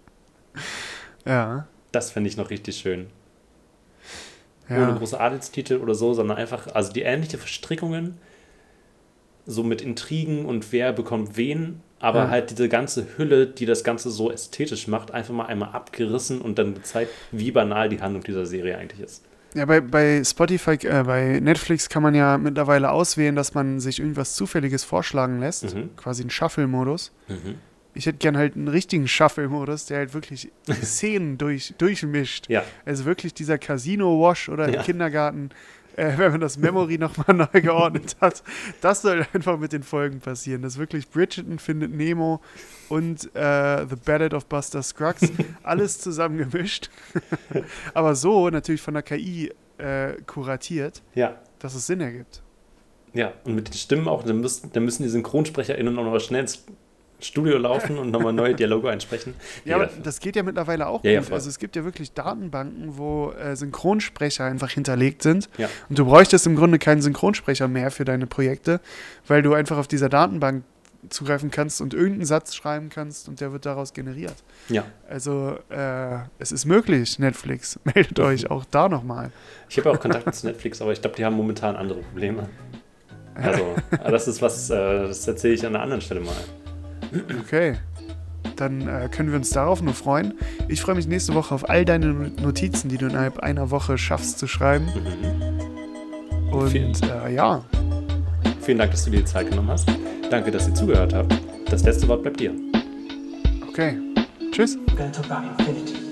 C: Ja.
B: Das fände ich noch richtig schön.
C: ja.
B: Ohne große Adelstitel oder so, sondern einfach, also die ähnliche Verstrickungen, so mit Intrigen und wer bekommt wen, aber
C: Ja.
B: halt diese ganze Hülle, die das Ganze so ästhetisch macht, einfach mal einmal abgerissen und dann gezeigt, wie banal die Handlung dieser Serie eigentlich ist.
C: Ja, bei, bei Spotify, äh, bei Netflix kann man ja mittlerweile auswählen, dass man sich irgendwas Zufälliges vorschlagen lässt.
B: Mhm.
C: Quasi ein Shuffle-Modus.
B: Mhm.
C: Ich hätte gern halt einen richtigen Shuffle-Modus, der halt wirklich die Szenen durch, durchmischt.
B: Ja,
C: Also wirklich dieser Casino-Wash oder im
B: Ja.
C: Kindergarten, äh, wenn man das Memory nochmal neu geordnet hat. Das soll einfach mit den Folgen passieren. Dass wirklich Bridgerton findet Nemo und äh, The Ballad of Buster Scruggs alles zusammengemischt. Aber so natürlich von der K I äh, kuratiert,
B: ja,
C: dass es Sinn ergibt.
B: ja. Und mit den Stimmen auch, dann müssen, dann müssen die SynchronsprecherInnen auch noch schnell ins Studio laufen und nochmal neue Dialoge einsprechen.
C: Ja, aber
B: Mega.
C: das geht ja mittlerweile auch
B: Ja, ja,
C: gut.
B: voll.
C: Also es gibt ja wirklich Datenbanken, wo äh, Synchronsprecher einfach hinterlegt sind.
B: Ja.
C: Und du bräuchtest im Grunde keinen Synchronsprecher mehr für deine Projekte, weil du einfach auf dieser Datenbank zugreifen kannst und irgendeinen Satz schreiben kannst und der wird daraus generiert.
B: Ja,
C: Also äh, es ist möglich, Netflix. Meldet euch auch da nochmal.
B: ich habe ja auch Kontakt zu Netflix, aber ich glaube, die haben momentan andere Probleme. Also, aber das ist was, äh, das erzähle ich an einer anderen Stelle mal.
C: Okay. Dann äh, können wir uns darauf nur freuen. Ich freue mich nächste Woche auf all deine Notizen, die du innerhalb einer Woche schaffst zu schreiben.
B: Mhm.
C: Und
B: Vielen-
C: äh, ja,
B: Vielen Dank, dass du dir die Zeit genommen hast. Danke, dass ihr zugehört habt. Das letzte Wort bleibt dir.
C: okay. Tschüss.
A: We're going to talk about infinity.